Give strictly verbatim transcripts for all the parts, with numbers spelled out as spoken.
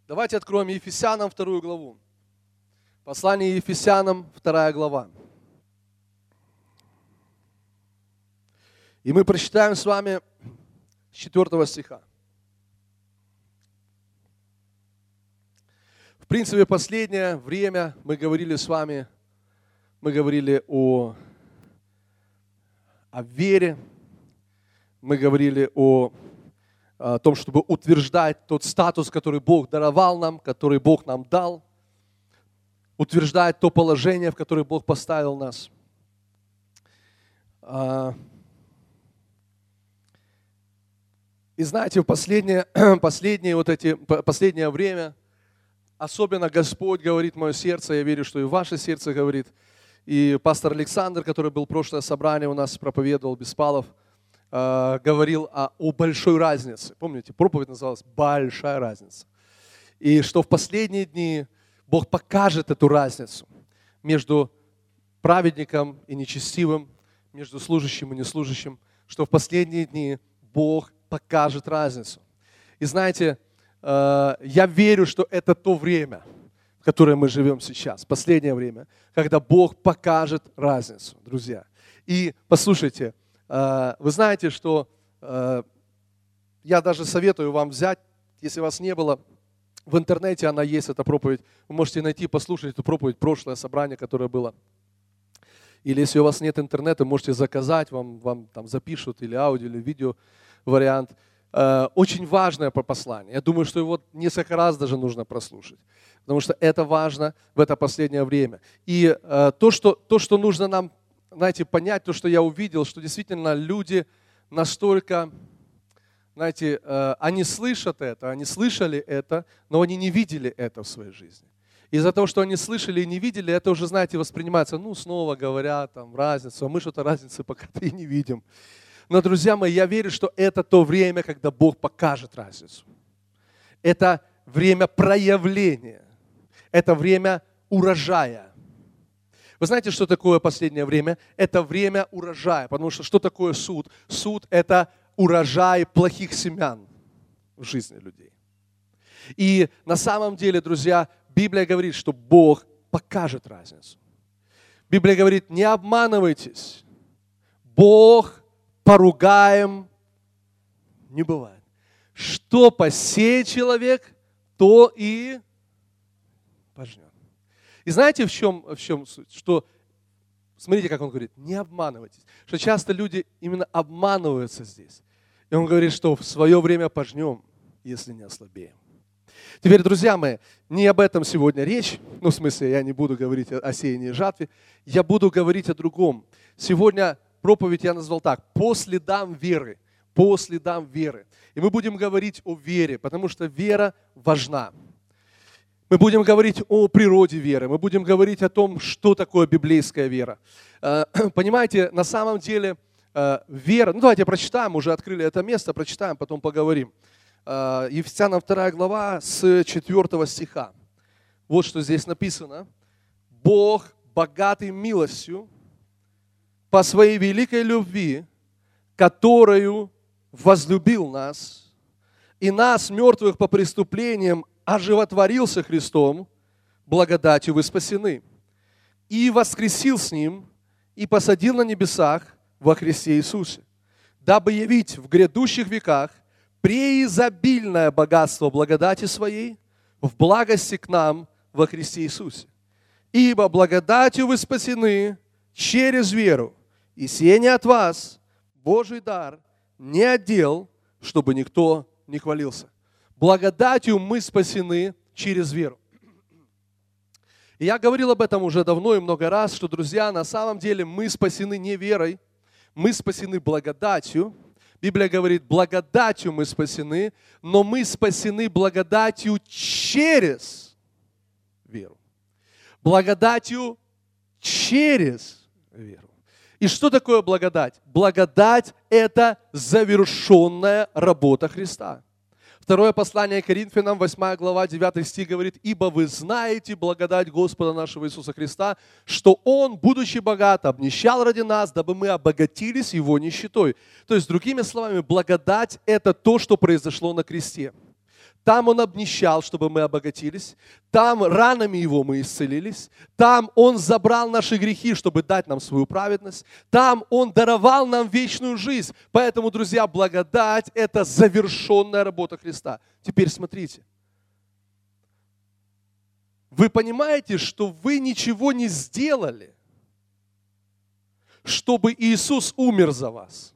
Давайте откроем Ефесянам вторую главу. Послание Ефесянам, вторая глава. И мы прочитаем с вами с четвёртого стиха. В принципе, последнее время мы говорили с вами, мы говорили о, о вере, мы говорили о, о том, чтобы утверждать тот статус, который Бог даровал нам, который Бог нам дал, утверждать то положение, в которое Бог поставил нас. И знаете, в последнее, последнее, вот эти, последнее время особенно Господь говорит в мое сердце, я верю, что и в ваше сердце говорит. И пастор Александр, который был в прошлое собрание у нас, проповедовал, Беспалов, э, говорил о, о большой разнице. Помните, проповедь называлась «Большая разница». И что в последние дни Бог покажет эту разницу между праведником и нечестивым, между служащим и неслужащим, что в последние дни Бог покажет разницу. И знаете, я верю, что это то время, в которое мы живем сейчас, последнее время, когда Бог покажет разницу, друзья. И послушайте, вы знаете, что я даже советую вам взять, если вас не было, в интернете она есть, эта проповедь, вы можете найти, послушать эту проповедь, прошлое собрание, которое было. Или если у вас нет интернета, можете заказать, вам, вам там запишут или аудио, или видео вариант. Очень важное послание. Я думаю, что его несколько раз даже нужно прослушать, потому что это важно в это последнее время. И то, что, то, что нужно нам, знаете, понять, то, что я увидел, что действительно люди настолько, знаете, они слышат это, они слышали это, но они не видели это в своей жизни. Из-за того, что они слышали и не видели, это уже, знаете, воспринимается, ну, снова говорят, там, разницу, а мы что-то разницы пока-то и не видим. Но, друзья мои, я верю, что это то время, когда Бог покажет разницу. Это время проявления. Это время урожая. Вы знаете, что такое последнее время? Это время урожая. Потому что что такое суд? Суд – это урожай плохих семян в жизни людей. И на самом деле, друзья, Библия говорит, что Бог покажет разницу. Библия говорит, не обманывайтесь. Бог поругаем не бывает. Что посеет человек, то и пожнет. И знаете, в чем, в чем суть? Что, смотрите, как он говорит, не обманывайтесь. Что часто люди именно обманываются здесь. И он говорит, что в свое время пожнем, если не ослабеем. Теперь, друзья мои, не об этом сегодня речь. Ну, в смысле, я не буду говорить о сеянии и жатве. Я буду говорить о другом. Сегодня проповедь я назвал так, по следам веры, по следам веры. И мы будем говорить о вере, потому что вера важна. Мы будем говорить о природе веры, мы будем говорить о том, что такое библейская вера. Понимаете, на самом деле вера, ну давайте прочитаем, уже открыли это место, прочитаем, потом поговорим. Ефесянам вторая глава с четвёртого стиха. Вот что здесь написано. Бог, богатый милостью, по своей великой любви, которую возлюбил нас, и нас, мертвых по преступлениям, оживотворился Христом, благодатью вы спасены, и воскресил с Ним, и посадил на небесах во Христе Иисусе, дабы явить в грядущих веках преизобильное богатство благодати Своей в благости к нам во Христе Иисусе. Ибо благодатью вы спасены через веру, и сие не от вас, Божий дар, не отдел, чтобы никто не хвалился. Благодатью мы спасены через веру. И я говорил об этом уже давно и много раз, что, друзья, на самом деле мы спасены не верой, мы спасены благодатью. Библия говорит, благодатью мы спасены, но мы спасены благодатью через веру. Благодатью через веру. И что такое благодать? Благодать – это завершенная работа Христа. Второе послание Коринфянам, восьмая глава, девятый стих говорит, «Ибо вы знаете благодать Господа нашего Иисуса Христа, что Он, будучи богат, обнищал ради нас, дабы мы обогатились Его нищетой». То есть, другими словами, благодать – это то, что произошло на кресте. Там Он обнищал, чтобы мы обогатились. Там ранами Его мы исцелились. Там Он забрал наши грехи, чтобы дать нам свою праведность. Там Он даровал нам вечную жизнь. Поэтому, друзья, благодать – это завершенная работа Христа. Теперь смотрите. Вы понимаете, что вы ничего не сделали, чтобы Иисус умер за вас.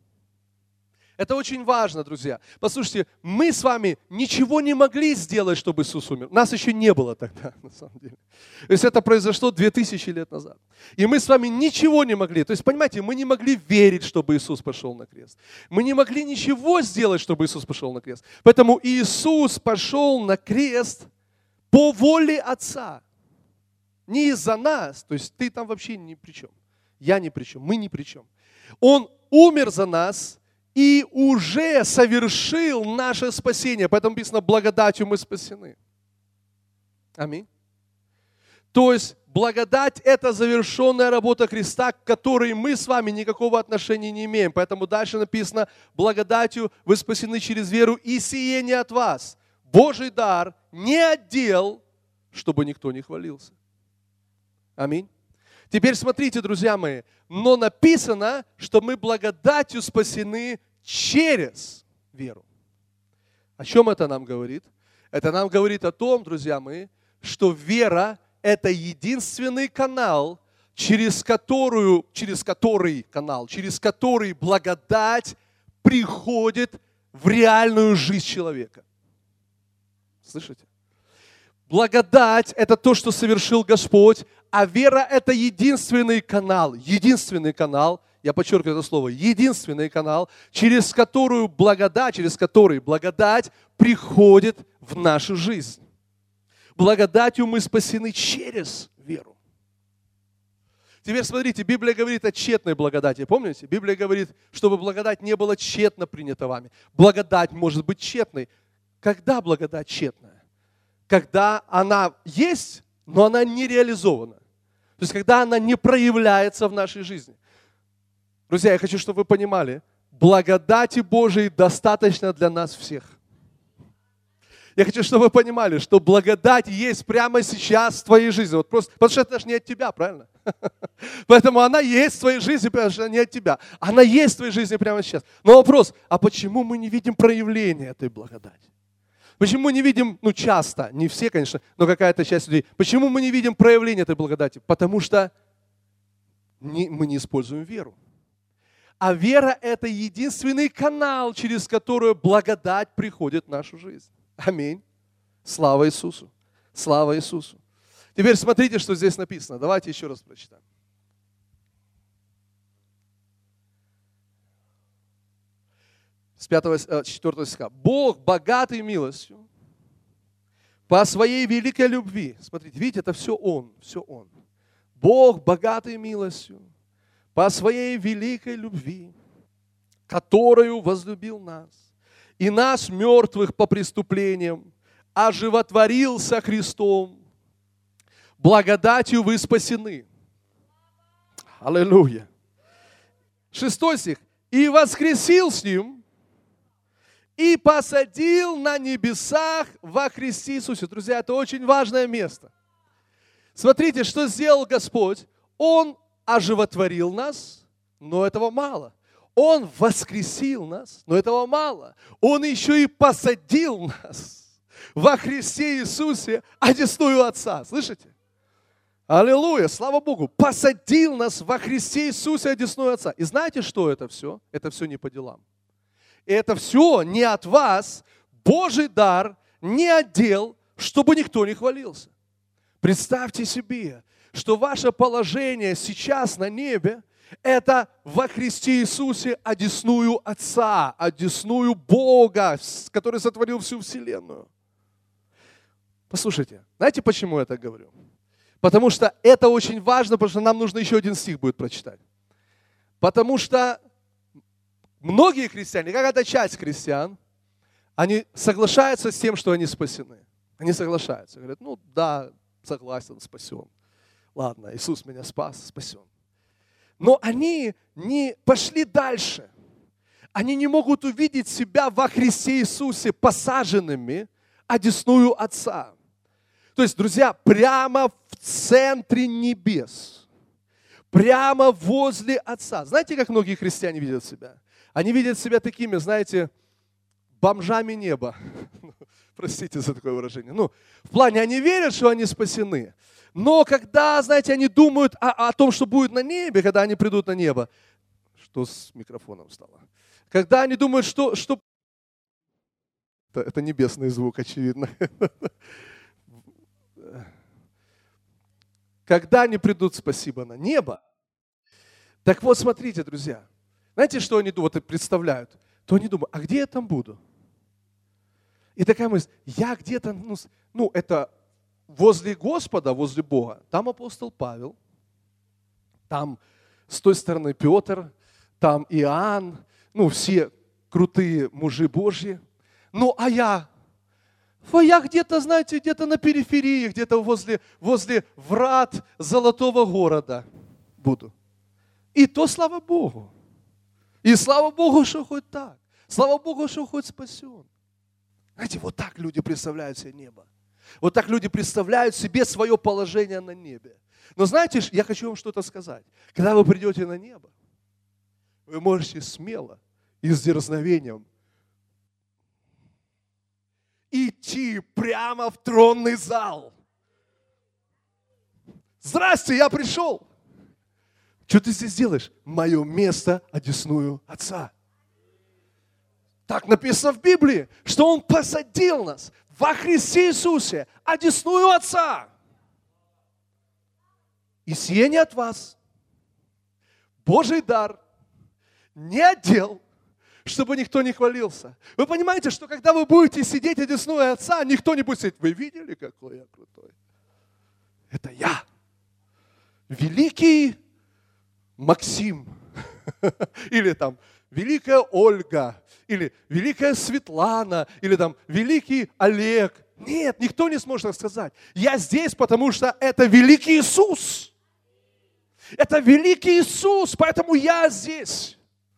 Это очень важно, друзья. Послушайте, мы с вами ничего не могли сделать, чтобы Иисус умер. Нас еще не было тогда, на самом деле. То есть это произошло две тысячи лет назад. И мы с вами ничего не могли. То есть, понимаете, мы не могли верить, чтобы Иисус пошел на крест. Мы не могли ничего сделать, чтобы Иисус пошел на крест. Поэтому Иисус пошел на крест по воле Отца. Не из-за нас. То есть ты там вообще ни при чем. Я ни при чем. Мы ни при чем. Он умер за нас и уже совершил наше спасение. Поэтому написано, благодатью мы спасены. Аминь. То есть благодать – это завершенная работа Христа, к которой мы с вами никакого отношения не имеем. Поэтому дальше написано, благодатью вы спасены через веру, и сие не от вас. Божий дар не отдел, чтобы никто не хвалился. Аминь. Теперь смотрите, друзья мои, но написано, что мы благодатью спасены через веру. О чем это нам говорит? Это нам говорит о том, друзья мои, что вера – это единственный канал, через, которую, через который канал, через который благодать приходит в реальную жизнь человека. Слышите? Благодать – это то, что совершил Господь, а вера – это единственный канал, единственный канал, я подчеркиваю это слово, единственный канал, через которую благодать, через который благодать приходит в нашу жизнь. Благодатью мы спасены через веру. Теперь смотрите, Библия говорит о тщетной благодати. Помните? Библия говорит, чтобы благодать не была тщетно принята вами. Благодать может быть тщетной. Когда благодать тщетная? Когда она есть, но она не реализована. То есть, когда она не проявляется в нашей жизни. Друзья, я хочу, чтобы вы понимали, благодати Божией достаточно для нас всех. Я хочу, чтобы вы понимали, что благодать есть прямо сейчас в твоей жизни. Вот просто, потому что это же не от тебя, правильно? Поэтому она есть в твоей жизни, потому что не от тебя. Она есть в твоей жизни прямо сейчас. Но вопрос, а почему мы не видим проявления этой благодати? Почему мы не видим, ну часто, не все, конечно, но какая-то часть людей, почему мы не видим проявления этой благодати? Потому что не, мы не используем веру. А вера – это единственный канал, через который благодать приходит в нашу жизнь. Аминь. Слава Иисусу. Слава Иисусу. Теперь смотрите, что здесь написано. Давайте еще раз прочитаем. С пятого, четвёртого стиха. Бог, богатый милостью, по своей великой любви. Смотрите, видите, это все Он, все Он. Бог, богатый милостью, по своей великой любви, которую возлюбил нас, и нас, мертвых по преступлениям, оживотворил со Христом. Благодатью вы спасены. Аллилуйя. Шестой стих. И воскресил с Ним, и посадил на небесах во Христе Иисусе. Друзья, это очень важное место. Смотрите, что сделал Господь. Он оживотворил нас, но этого мало. Он воскресил нас, но этого мало. Он еще и посадил нас во Христе Иисусе одесную Отца. Слышите? Аллилуйя, слава Богу. Посадил нас во Христе Иисусе одесную Отца. И знаете, что это все? Это все не по делам. И это все не от вас, Божий дар, не отдел, чтобы никто не хвалился. Представьте себе, что ваше положение сейчас на небе – это во Христе Иисусе одесную Отца, одесную Бога, который сотворил всю вселенную. Послушайте, знаете, почему я так говорю? Потому что это очень важно, потому что нам нужно еще один стих будет прочитать. Потому что многие христиане, какая-то часть христиан, они соглашаются с тем, что они спасены. Они соглашаются. Говорят, ну да, согласен, спасен. Ладно, Иисус меня спас, спасен. Но они не пошли дальше. Они не могут увидеть себя во Христе Иисусе посаженными одесную Отца. То есть, друзья, прямо в центре небес, прямо возле Отца. Знаете, как многие христиане видят себя? Они видят себя такими, знаете, бомжами неба. Простите за такое выражение. Ну, в плане, они верят, что они спасены. Но когда, знаете, они думают о, о том, что будет на небе, когда они придут на небо, что с микрофоном стало? Когда они думают, что... что... Это, это небесный звук, очевидно. Когда они придут, спасибо, на небо. Так вот, смотрите, друзья. Знаете, что они вот представляют? То они думают, а где я там буду? И такая мысль, я где-то, ну, ну, это возле Господа, возле Бога. Там апостол Павел, там с той стороны Петр, там Иоанн, ну, все крутые мужи Божьи. Ну, а я, а я где-то, знаете, где-то на периферии, где-то возле, возле врат Золотого города буду. И то слава Богу. И слава Богу, что хоть так. Слава Богу, что хоть спасен. Знаете, вот так люди представляют себе небо. Вот так люди представляют себе свое положение на небе. Но знаете, я хочу вам что-то сказать. Когда вы придете на небо, вы можете смело и с дерзновением идти прямо в тронный зал. Здрасте, я пришел. Что ты здесь делаешь? Мое место одесную Отца. Так написано в Библии, что Он посадил нас во Христе Иисусе, одесную Отца. И сие не от вас. Божий дар, не отдел, чтобы никто не хвалился. Вы понимаете, что когда вы будете сидеть одесную Отца, никто не будет сидеть. Вы видели, какой я крутой? Это я. Великий Максим. Или там Великая Ольга. Или Великая Светлана. Или там Великий Олег. Нет, никто не сможет так сказать. Я здесь, потому что это Великий Иисус. Это Великий Иисус, поэтому я здесь.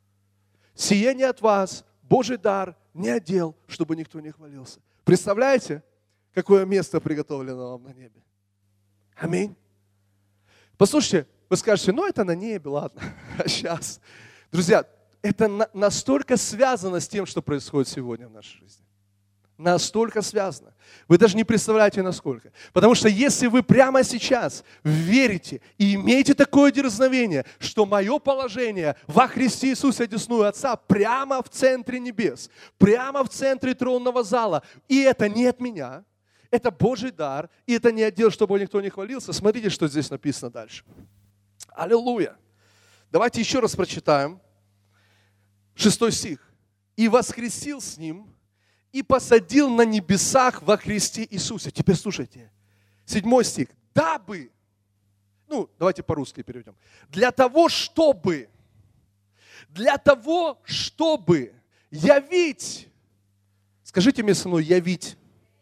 Сие не от вас, Божий дар, не отдел, чтобы никто не хвалился. Представляете, какое место приготовлено вам на небе? Аминь. Послушайте, вы скажете, ну это на небе, ладно, а сейчас. Друзья, это на- настолько связано с тем, что происходит сегодня в нашей жизни. Настолько связано. Вы даже не представляете, насколько. Потому что если вы прямо сейчас верите и имеете такое дерзновение, что мое положение во Христе Иисусе одесную Отца прямо в центре небес, прямо в центре тронного зала, и это не от меня, это Божий дар, и это не отдел, чтобы никто не хвалился. Смотрите, что здесь написано дальше. Аллилуйя. Давайте еще раз прочитаем. Шестой стих. «И воскресил с Ним, и посадил на небесах во Христе Иисусе». Теперь слушайте. Седьмой стих. «Дабы», ну, давайте по-русски переведем. «Для того, чтобы, для того, чтобы явить», скажите мне со мной, явить.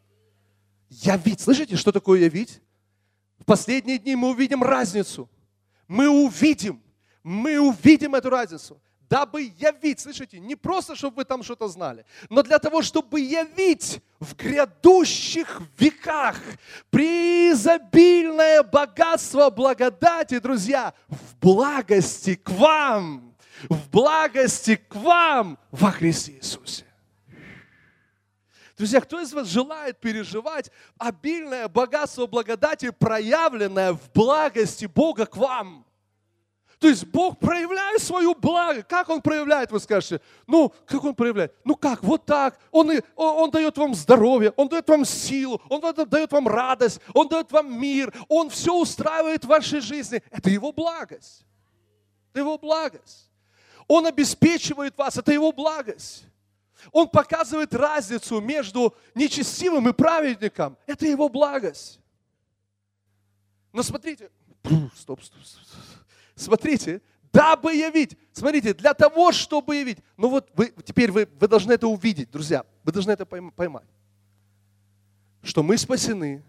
Явить. Слышите, что такое явить? В последние дни мы увидим разницу. Мы увидим, мы увидим эту разницу. Дабы явить, слышите, не просто, чтобы вы там что-то знали, но для того, чтобы явить в грядущих веках преизобильное богатство благодати, друзья, в благости к вам, в благости к вам во Христе Иисусе. Друзья, кто из вас желает переживать обильное богатство благодати, проявленное в благости Бога к вам? То есть Бог проявляет свою благо. Как Он проявляет, вы скажете? Ну, как Он проявляет? Ну как, вот так. Он, и, он, он дает вам здоровье, Он дает вам силу, Он дает вам радость, Он дает вам мир. Он все устраивает в вашей жизни. Это Его благость. Это Его благость. Он обеспечивает вас. Это Его благость. Он показывает разницу между нечестивым и праведником. Это Его благость. Но смотрите. Стоп, стоп, стоп. Смотрите, дабы явить. Смотрите, для того, чтобы явить. Ну вот вы, теперь вы, вы должны это увидеть, друзья. Вы должны это поймать. Что мы спасены,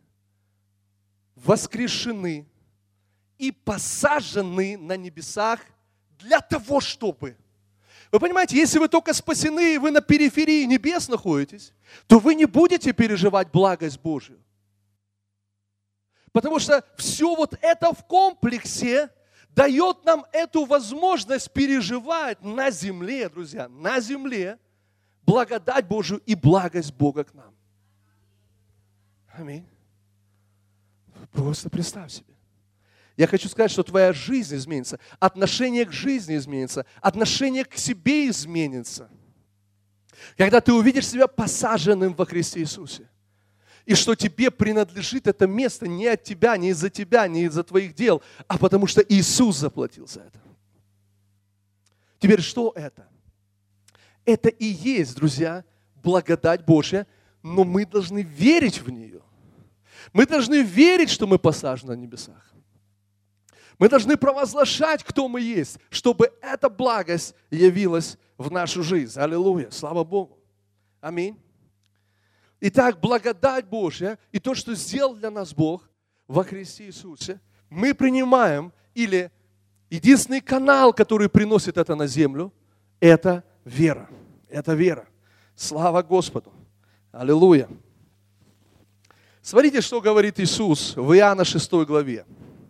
воскрешены и посажены на небесах для того, чтобы. Вы понимаете, если вы только спасены, и вы на периферии небес находитесь, то вы не будете переживать благость Божью. Потому что все вот это в комплексе дает нам эту возможность переживать на земле, друзья, на земле благодать Божию и благость Бога к нам. Аминь. Просто представь себе. Я хочу сказать, что твоя жизнь изменится, отношение к жизни изменится, отношение к себе изменится. Когда ты увидишь себя посаженным во Христе Иисусе. И что тебе принадлежит это место не от тебя, не из-за тебя, не из-за твоих дел, а потому что Иисус заплатил за это. Теперь что это? Это и есть, друзья, благодать Божья, но мы должны верить в нее. Мы должны верить, что мы посажены на небесах. Мы должны провозглашать, кто мы есть, чтобы эта благость явилась в нашу жизнь. Аллилуйя, слава Богу. Аминь. Итак, благодать Божья и то, что сделал для нас Бог во Христе Иисусе, мы принимаем, или единственный канал, который приносит это на землю, это вера. Это вера. Слава Господу. Аллилуйя. Смотрите, что говорит Иисус в Иоанна шестой главе.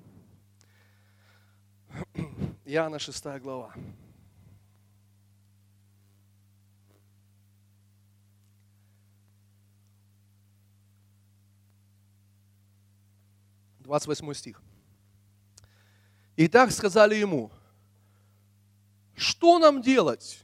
Иоанна шестая глава. двадцать восьмой стих. Итак, сказали ему, что нам делать,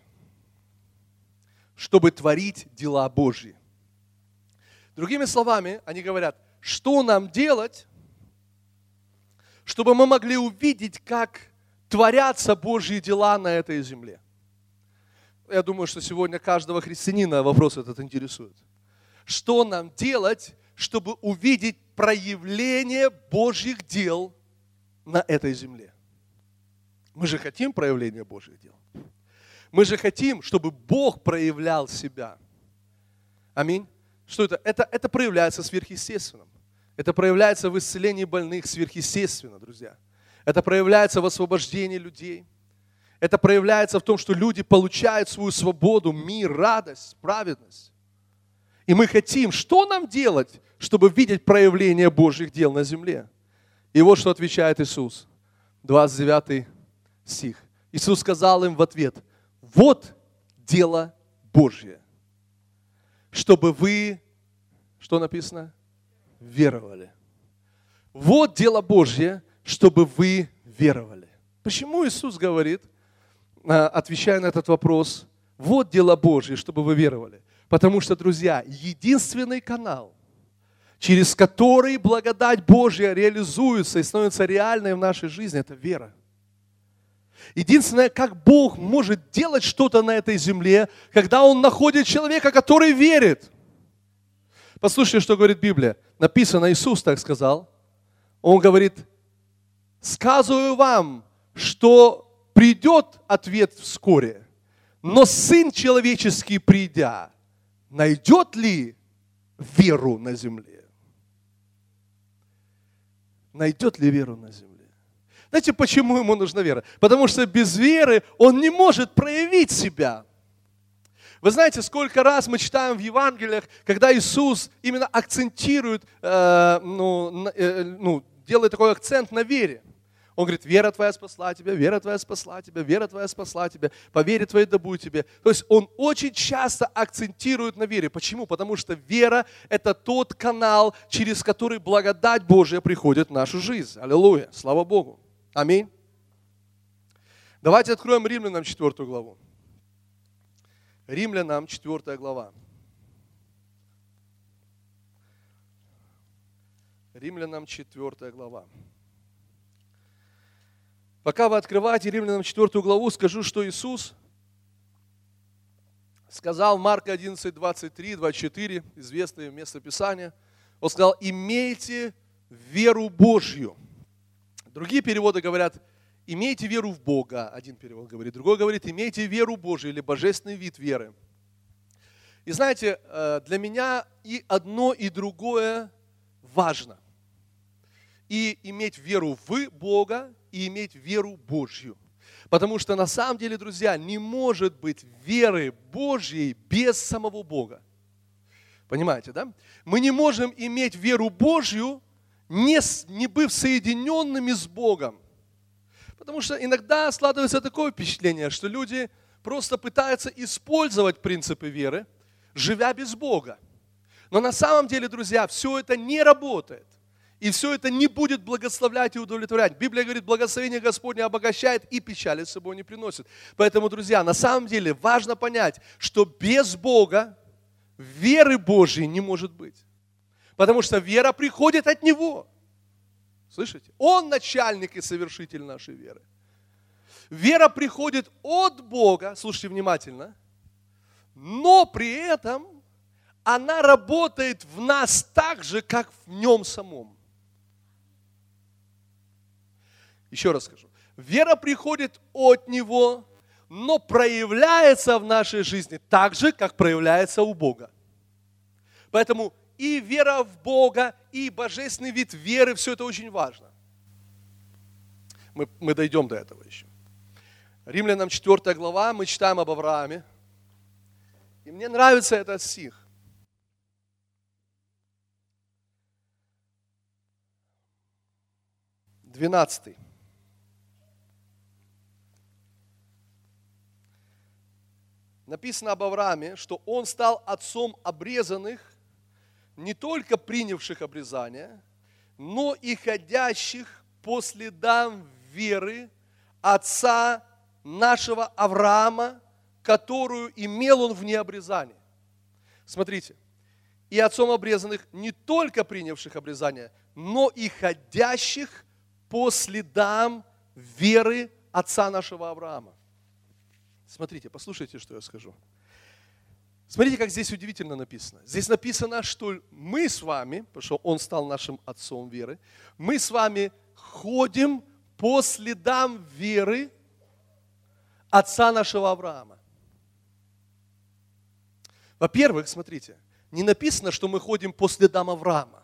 чтобы творить дела Божьи? Другими словами, они говорят, что нам делать, чтобы мы могли увидеть, как творятся Божьи дела на этой земле. Я думаю, что сегодня каждого христианина вопрос этот интересует. Что нам делать, чтобы увидеть проявление Божьих дел на этой земле? Мы же хотим проявления Божьих дел. Мы же хотим, чтобы Бог проявлял себя. Аминь. Что это? Это, это проявляется сверхъестественным. Это проявляется в исцелении больных сверхъестественно, друзья. Это проявляется в освобождении людей. Это проявляется в том, что люди получают свою свободу, мир, радость, праведность. И мы хотим, что нам делать, чтобы видеть проявление Божьих дел на земле? И вот что отвечает Иисус. двадцать девятый стих. Иисус сказал им в ответ, вот дело Божье, чтобы вы, что написано? Веровали. Вот дело Божье, чтобы вы веровали. Почему Иисус говорит, отвечая на этот вопрос, вот дело Божье, чтобы вы веровали? Потому что, друзья, единственный канал, через который благодать Божья реализуется и становится реальной в нашей жизни, это вера. Единственное, как Бог может делать что-то на этой земле, когда Он находит человека, который верит. Послушайте, что говорит Библия. Написано, Иисус так сказал. Он говорит, сказываю вам, что придет ответ вскоре, но Сын Человеческий, придя, найдет ли веру на земле? Найдет ли веру на земле? Знаете, почему ему нужна вера? Потому что без веры он не может проявить себя. Вы знаете, сколько раз мы читаем в Евангелиях, когда Иисус именно акцентирует, э, ну, э, ну, делает такой акцент на вере. Он говорит, вера твоя спасла тебя, вера твоя спасла тебя, вера твоя спасла тебя, по вере твоей да будет тебе. То есть он очень часто акцентирует на вере. Почему? Потому что вера – это тот канал, через который благодать Божия приходит в нашу жизнь. Аллилуйя, слава Богу. Аминь. Давайте откроем Римлянам четвертую главу. Римлянам четвертая глава. Римлянам четвертая глава. Пока вы открываете Римлянам четвертую главу, скажу, что Иисус сказал в Марка одиннадцать, двадцать три, двадцать четыре, известное местописание. Он сказал, имейте веру Божью. Другие переводы говорят, имейте веру в Бога. Один перевод говорит. Другой говорит, имейте веру Божью или божественный вид веры. И знаете, для меня и одно, и другое важно. И иметь веру в Бога, и иметь веру Божью. Потому что на самом деле, друзья, не может быть веры Божьей без самого Бога. Понимаете, да? Мы не можем иметь веру Божью, не, не быв соединенными с Богом. Потому что иногда складывается такое впечатление, что люди просто пытаются использовать принципы веры, живя без Бога. Но на самом деле, друзья, все это не работает. И все это не будет благословлять и удовлетворять. Библия говорит, благословение Господне обогащает и печали с собой не приносит. Поэтому, друзья, на самом деле важно понять, что без Бога веры Божьей не может быть. Потому что вера приходит от Него. Слышите? Он начальник и совершитель нашей веры. Вера приходит от Бога, слушайте внимательно, но при этом она работает в нас так же, как в Нем самом. Еще раз скажу. Вера приходит от Него, но проявляется в нашей жизни так же, как проявляется у Бога. Поэтому и вера в Бога, и божественный вид веры, все это очень важно. Мы, мы дойдем до этого еще. Римлянам четвёртая глава, мы читаем об Аврааме. И мне нравится этот стих. двенадцатый. Написано об Аврааме, что он стал отцом обрезанных, не только принявших обрезание, но и ходящих по следам веры отца нашего Авраама, которую имел он вне обрезания. Смотрите, и отцом обрезанных, не только принявших обрезание, но и ходящих по следам веры отца нашего Авраама. Смотрите, послушайте, что я скажу. Смотрите, как здесь удивительно написано. Здесь написано, что мы с вами, потому что он стал нашим отцом веры, мы с вами ходим по следам веры отца нашего Авраама. Во-первых, смотрите, не написано, что мы ходим по следам Авраама.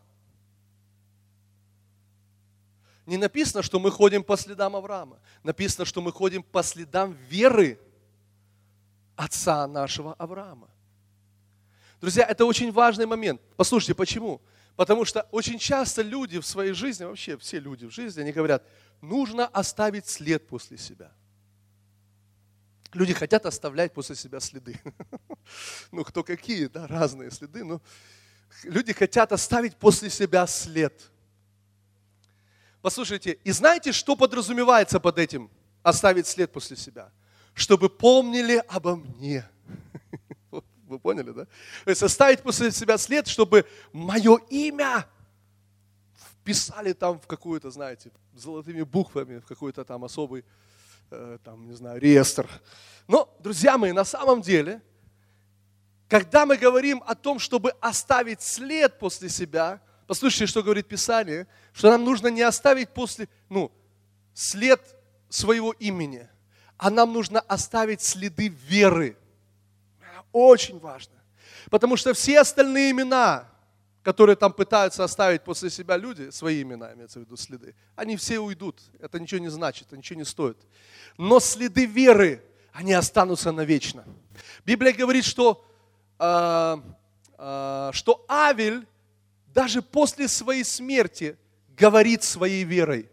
Не написано, что мы ходим по следам Авраама. Написано, что мы ходим по следам веры отца нашего Авраама. Друзья, это очень важный момент. Послушайте, почему? Потому что очень часто люди в своей жизни, вообще все люди в жизни, они говорят, нужно оставить след после себя. Люди хотят оставлять после себя следы. Ну, кто какие, да, разные следы, но люди хотят оставить после себя след. Послушайте, и знаете, что подразумевается под этим, оставить след после себя? Чтобы помнили обо мне. Вы поняли, да? То есть оставить после себя след, чтобы мое имя вписали там в какую-то, знаете, золотыми буквами, в какой-то там особый, э, там, не знаю, реестр. Но, друзья мои, на самом деле, когда мы говорим о том, чтобы оставить след после себя, послушайте, что говорит Писание, что нам нужно не оставить после, ну, след своего имени, а нам нужно оставить следы веры. Очень важно. Потому что все остальные имена, которые там пытаются оставить после себя люди, свои имена, имеется в виду следы, они все уйдут. Это ничего не значит, это ничего не стоит. Но следы веры, они останутся навечно. Библия говорит, что, э, э, что Авель даже после своей смерти говорит своей верой.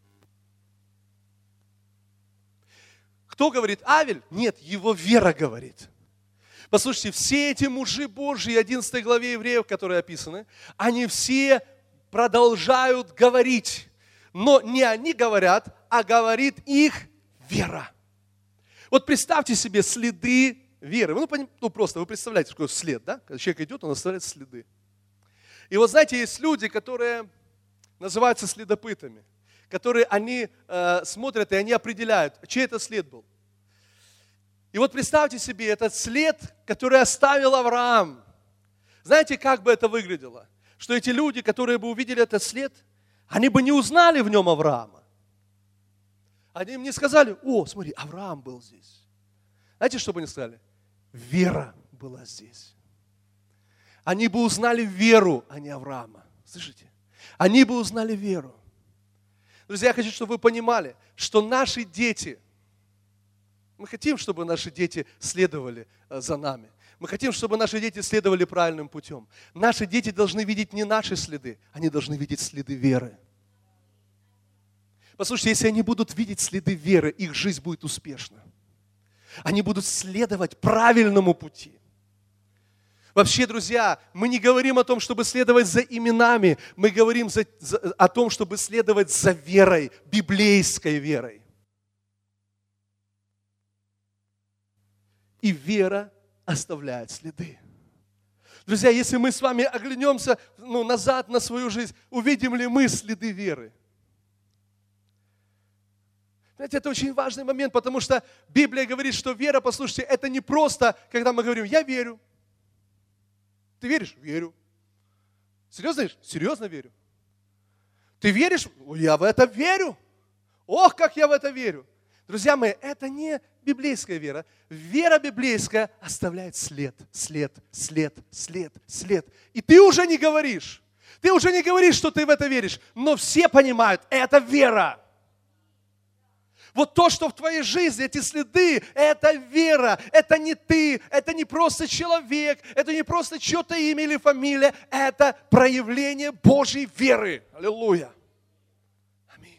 Кто говорит? Авель? Нет, его вера говорит. Послушайте, все эти мужи Божьи, одиннадцатой главе Евреев, которые описаны, они все продолжают говорить. Но не они говорят, а говорит их вера. Вот представьте себе следы веры. Ну, ну просто вы представляете, что такое след, да? Когда человек идет, он оставляет следы. И вот знаете, есть люди, которые называются следопытами, которые они э, смотрят и они определяют, чей это след был. И вот представьте себе этот след, который оставил Авраам. Знаете, как бы это выглядело? Что эти люди, которые бы увидели этот след, они бы не узнали в нем Авраама. Они им не сказали, о, смотри, Авраам был здесь. Знаете, что бы они сказали? Вера была здесь. Они бы узнали веру, а не Авраама. Слышите? Они бы узнали веру. Друзья, я хочу, чтобы вы понимали, что наши дети, Мы хотим, чтобы наши дети следовали за нами. Мы хотим, чтобы наши дети следовали правильным путем. Наши дети должны видеть не наши следы, они должны видеть следы веры. Послушайте, если они будут видеть следы веры, их жизнь будет успешна. Они будут следовать правильному пути. Вообще, друзья, мы не говорим о том, чтобы следовать за именами, мы говорим за, за, о том, чтобы следовать за верой, библейской верой. И вера оставляет следы. Друзья, если мы с вами оглянемся ну, назад на свою жизнь, увидим ли мы следы веры? Знаете, это очень важный момент, потому что Библия говорит, что вера, послушайте, это не просто, когда мы говорим, я верю. Ты веришь? Верю. Серьезно веришь? Серьезно верю. Ты веришь? Я в это верю. Ох, как я в это верю. Друзья мои, это не библейская вера. Вера библейская оставляет след, след, след, след, след. И ты уже не говоришь. Ты уже не говоришь, что ты в это веришь. Но все понимают, это вера. Вот то, что в твоей жизни, эти следы, это вера. Это не ты, это не просто человек, это не просто чье-то имя или фамилия. Это проявление Божьей веры. Аллилуйя. Аминь.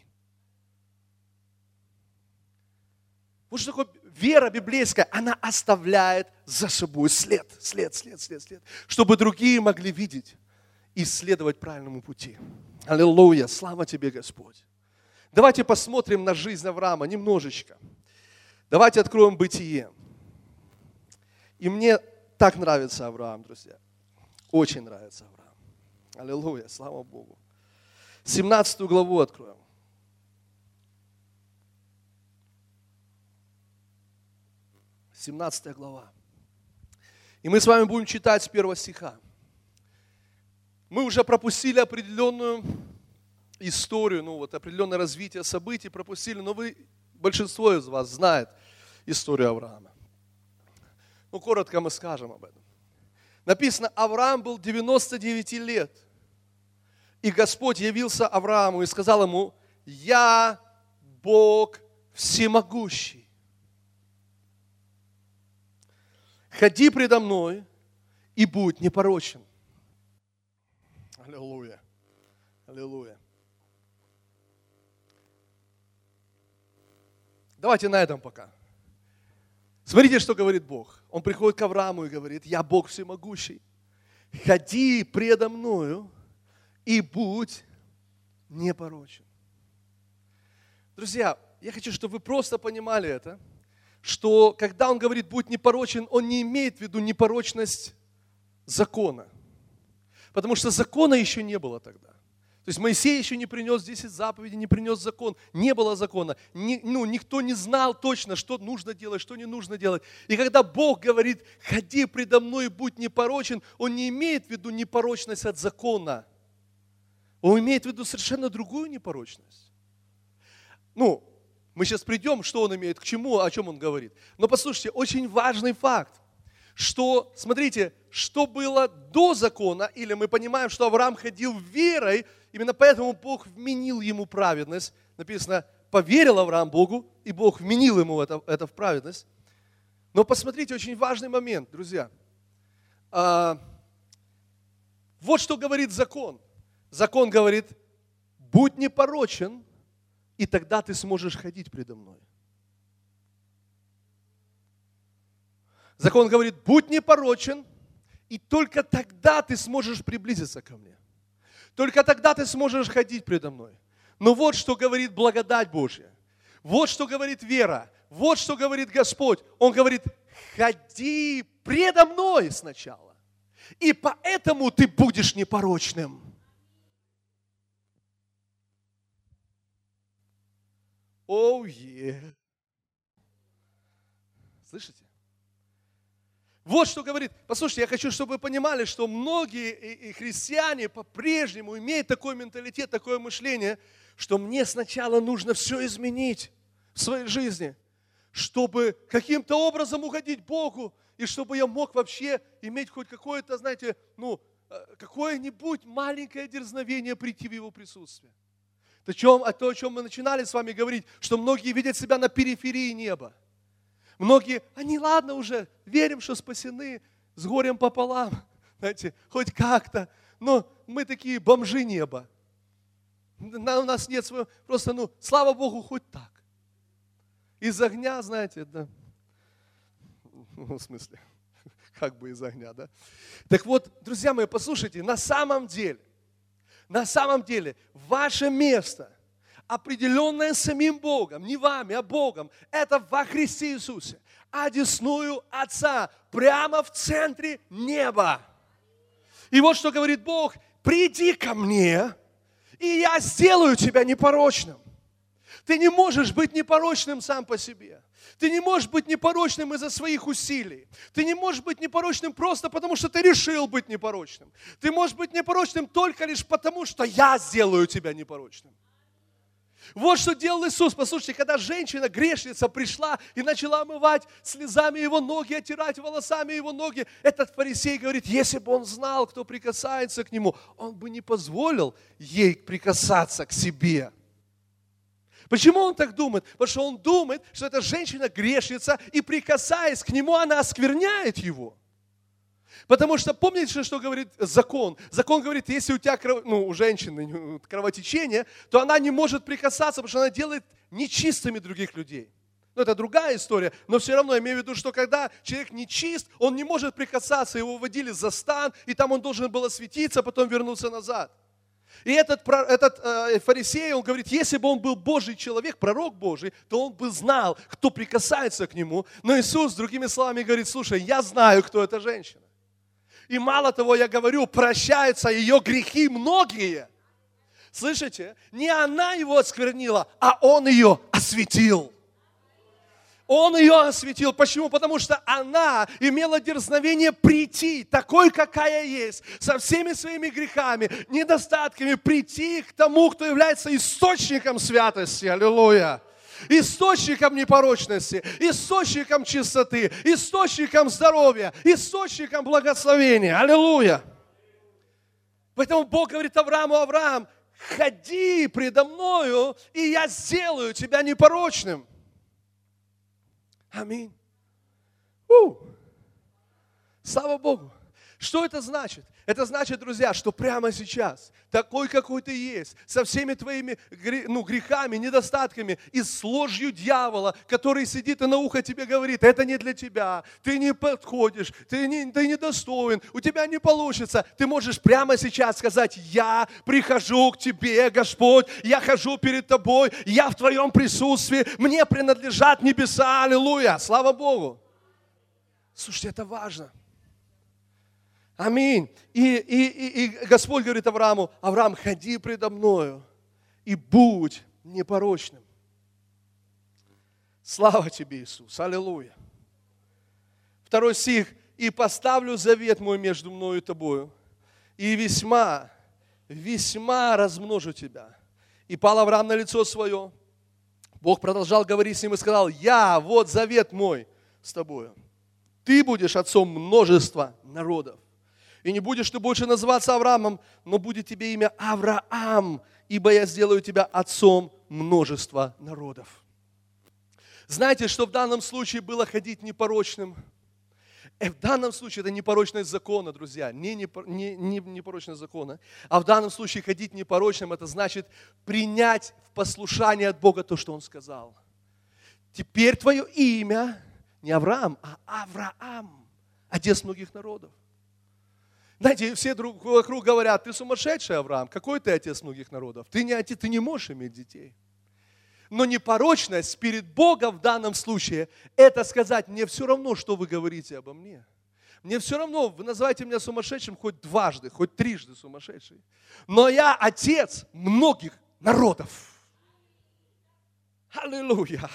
Вот что такое вера библейская. Она оставляет за собой след, след, след, след, след. Чтобы другие могли видеть и следовать правильному пути. Аллилуйя. Слава тебе, Господь. Давайте посмотрим на жизнь Авраама немножечко. Давайте откроем Бытие. И мне так нравится Авраам, друзья. Очень нравится Авраам. Аллилуйя, слава Богу. семнадцатую главу откроем. семнадцатая глава. И мы с вами будем читать с первого стиха. Мы уже пропустили определенную историю, ну вот определенное развитие событий пропустили, но вы, большинство из вас знает историю Авраама. Ну, коротко мы скажем об этом. Написано, Авраам был девяносто девять лет, и Господь явился Аврааму и сказал ему, я Бог всемогущий. Ходи предо мной и будь непорочен. Аллилуйя. Аллилуйя. Давайте на этом пока. Смотрите, что говорит Бог. Он приходит к Аврааму и говорит, я Бог всемогущий. Ходи предо мною и будь непорочен. Друзья, я хочу, чтобы вы просто понимали это, что когда он говорит, будь непорочен, он не имеет в виду непорочность закона. Потому что закона еще не было тогда. То есть Моисей еще не принес десять заповедей, не принес закон, не было закона. Ни, ну, никто не знал точно, что нужно делать, что не нужно делать. И когда Бог говорит, ходи предо мной и будь непорочен, Он не имеет в виду непорочность от закона. Он имеет в виду совершенно другую непорочность. Ну, мы сейчас придем, что Он имеет, к чему, о чем Он говорит. Но послушайте, очень важный факт, что, смотрите, что было до закона, или мы понимаем, что Авраам ходил верой, именно поэтому Бог вменил ему праведность. Написано, поверил Авраам Богу, и Бог вменил ему это, это в праведность. Но посмотрите, очень важный момент, друзья. А, вот что говорит закон. Закон говорит, будь непорочен, и тогда ты сможешь ходить предо мной. Закон говорит, будь непорочен, и только тогда ты сможешь приблизиться ко мне. Только тогда ты сможешь ходить предо мной. Но вот что говорит благодать Божья. Вот что говорит вера. Вот что говорит Господь. Он говорит, ходи предо мной сначала. И поэтому ты будешь непорочным. Оу, oh, yeah. Слышите? Вот что говорит. Послушайте, я хочу, чтобы вы понимали, что многие христиане по-прежнему имеют такой менталитет, такое мышление, что мне сначала нужно все изменить в своей жизни, чтобы каким-то образом угодить Богу, и чтобы я мог вообще иметь хоть какое-то, знаете, ну, какое-нибудь маленькое дерзновение прийти в Его присутствие. То, о чем, то, о чем мы начинали с вами говорить, что многие видят себя на периферии неба. Многие, они ладно уже, верим, что спасены, с горем пополам, знаете, хоть как-то, но мы такие бомжи неба. У нас нет своего, просто, ну, слава Богу, хоть так. Из огня, знаете, да, ну, в смысле, как бы из огня, да. Так вот, друзья мои, послушайте, на самом деле, на самом деле, ваше место, определенное самим Богом, не вами, а Богом, это во Христе Иисусе, одесную Отца, прямо в центре неба. И вот что говорит Бог: приди ко мне, и я сделаю тебя непорочным. Ты не можешь быть непорочным сам по себе. Ты не можешь быть непорочным из-за своих усилий. Ты не можешь быть непорочным просто потому, что ты решил быть непорочным. Ты можешь быть непорочным только лишь потому, что я сделаю тебя непорочным. Вот что делал Иисус. Послушайте, когда женщина, грешница, пришла и начала омывать слезами его ноги, оттирать волосами его ноги, этот фарисей говорит: если бы он знал, кто прикасается к нему, он бы не позволил ей прикасаться к себе. Почему он так думает? Потому что он думает, что эта женщина грешница, и прикасаясь к нему, она оскверняет его. Потому что помните, что говорит закон? Закон говорит, если у тебя, ну, у женщины кровотечение, то она не может прикасаться, потому что она делает нечистыми других людей. Ну, это другая история, но все равно я имею в виду, что когда человек нечист, он не может прикасаться, его вводили за стан, и там он должен был осветиться, а потом вернуться назад. И этот, этот э, фарисей, он говорит, если бы он был Божий человек, пророк Божий, то он бы знал, кто прикасается к нему. Но Иисус, другими словами, говорит: слушай, я знаю, кто эта женщина. И мало того, я говорю, прощаются ее грехи многие. Слышите? Не она его осквернила, а он ее осветил. Он ее осветил. Почему? Потому что она имела дерзновение прийти, такой, какая есть, со всеми своими грехами, недостатками, прийти к тому, кто является источником святости. Аллилуйя! Источником непорочности, источником чистоты, источником здоровья, источником благословения. Аллилуйя! Поэтому Бог говорит Аврааму: Авраам, ходи предо мною, и я сделаю тебя непорочным. Аминь. У! Слава Богу. Что это значит? Это значит, друзья, что прямо сейчас, такой, какой ты есть, со всеми твоими ну, грехами, недостатками и с ложью дьявола, который сидит и на ухо тебе говорит: это не для тебя, ты не подходишь, ты не, ты недостоин, у тебя не получится. Ты можешь прямо сейчас сказать: я прихожу к тебе, Господь, я хожу перед тобой, я в твоем присутствии, мне принадлежат небеса, аллилуйя, слава Богу. Слушайте, это важно. Аминь. И, и, и, и Господь говорит Аврааму: Авраам, ходи предо мною и будь непорочным. Слава тебе, Иисус. Аллилуйя. Второй стих. И поставлю завет мой между мною и тобою, и весьма, весьма размножу тебя. И пал Авраам на лицо свое. Бог продолжал говорить с ним и сказал: я, вот завет мой с тобою. Ты будешь отцом множества народов. И не будешь ты больше называться Авраамом, но будет тебе имя Авраам, ибо я сделаю тебя отцом множества народов. Знаете, что в данном случае было ходить непорочным? В данном случае это непорочность закона, друзья, не, непор, не, не непорочность закона, а в данном случае ходить непорочным, это значит принять в послушание от Бога то, что Он сказал. Теперь твое имя не Авраам, а Авраам, отец многих народов. Знаете, все друг, вокруг говорят: ты сумасшедший, Авраам, какой ты отец многих народов? Ты не отец, ты не можешь иметь детей. Но непорочность перед Богом в данном случае – это сказать: мне все равно, что вы говорите обо мне. Мне все равно, вы называете меня сумасшедшим хоть дважды, хоть трижды сумасшедший. Но я отец многих народов. Аллилуйя!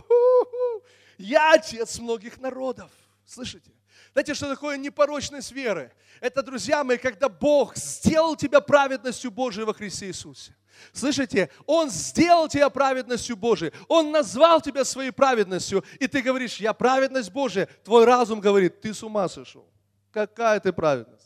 Я отец многих народов. Слышите? Знаете, что такое непорочность веры? Это, друзья мои, когда Бог сделал тебя праведностью Божией во Христе Иисусе. Слышите? Он сделал тебя праведностью Божией. Он назвал тебя своей праведностью. И ты говоришь: я праведность Божия. Твой разум говорит: ты с ума сошел. Какая ты праведность?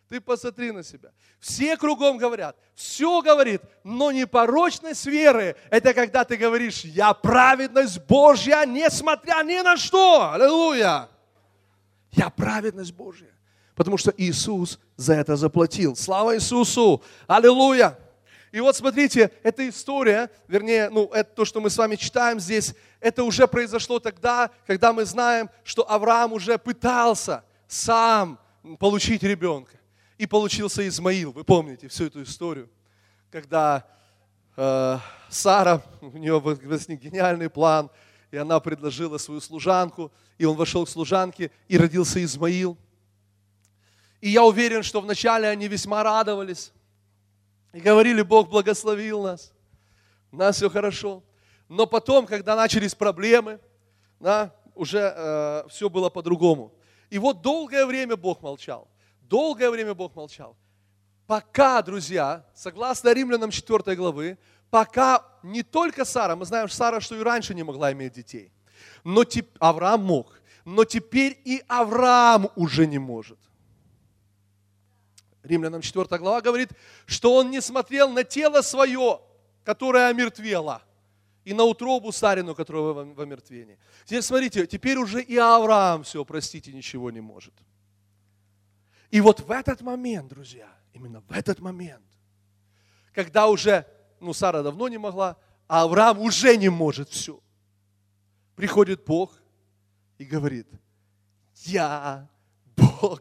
Ты посмотри на себя. Все кругом говорят, все говорит, но непорочность веры – это когда ты говоришь, я праведность Божья, несмотря ни на что. Аллилуйя. Я праведность Божья. Потому что Иисус за это заплатил. Слава Иисусу! Аллилуйя! И вот смотрите, эта история, вернее, ну, это то, что мы с вами читаем здесь, это уже произошло тогда, когда мы знаем, что Авраам уже пытался сам получить ребенка. И получился Измаил. Вы помните всю эту историю, когда э, Сара, у нее возник гениальный план, и она предложила свою служанку, и он вошел к служанке, и родился Измаил. И я уверен, что вначале они весьма радовались. И говорили, Бог благословил нас. У нас все хорошо. Но потом, когда начались проблемы, да, уже э, все было по-другому. И вот долгое время Бог молчал. Долгое время Бог молчал. Пока, друзья, согласно Римлянам четвёртой главы, пока не только Сара, мы знаем, что Сара, что и раньше не могла иметь детей, но теп... Авраам мог, но теперь и Авраам уже не может. Римлянам четвёртая глава говорит, что он не смотрел на тело свое, которое омертвело, и на утробу Сарину, которая в омертвении. Теперь смотрите, теперь уже и Авраам все, простите, ничего не может. И вот в этот момент, друзья, именно в этот момент, когда уже, ну, Сара давно не могла, а Авраам уже не может все, приходит Бог и говорит, я Бог,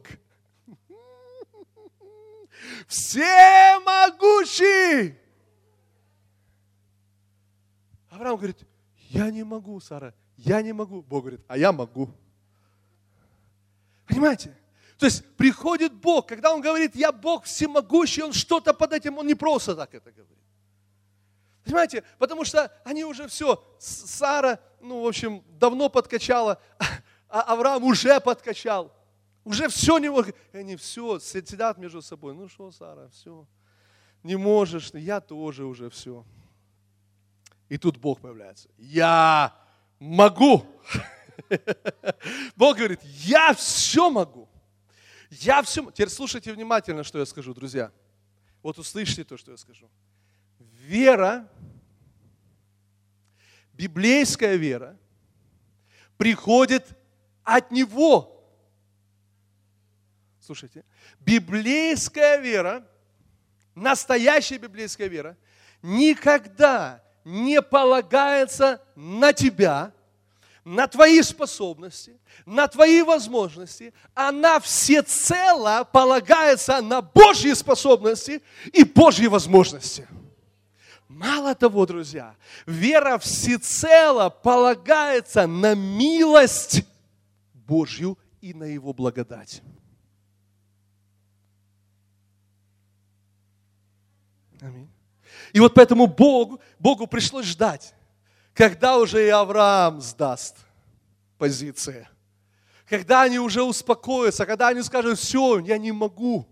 всемогущий. Авраам говорит, я не могу, Сара, я не могу. Бог говорит, а я могу. Понимаете? То есть приходит Бог, когда Он говорит, я Бог всемогущий, Он что-то под этим, Он не просто так это говорит. Понимаете? Потому что они уже все, Сара, ну, в общем, давно подкачала, а Авраам уже подкачал. Уже все не могут. Они все, сидят между собой. Ну что, Сара, все. Не можешь, я тоже уже все. И тут Бог появляется. Я могу. Бог говорит, я все могу. Я все... Теперь слушайте внимательно, что я скажу, друзья. Вот услышьте то, что я скажу. Вера, библейская вера, приходит от Него. Слушайте, библейская вера, настоящая библейская вера, никогда не полагается на тебя, на твои способности, на твои возможности. Она всецело полагается на Божьи способности и Божьи возможности. Мало того, друзья, вера всецело полагается на милость Божью и на Его благодать. Аминь. И вот поэтому Богу, Богу пришлось ждать, когда уже и Авраам сдаст позиции, когда они уже успокоятся, когда они скажут, все, я не могу.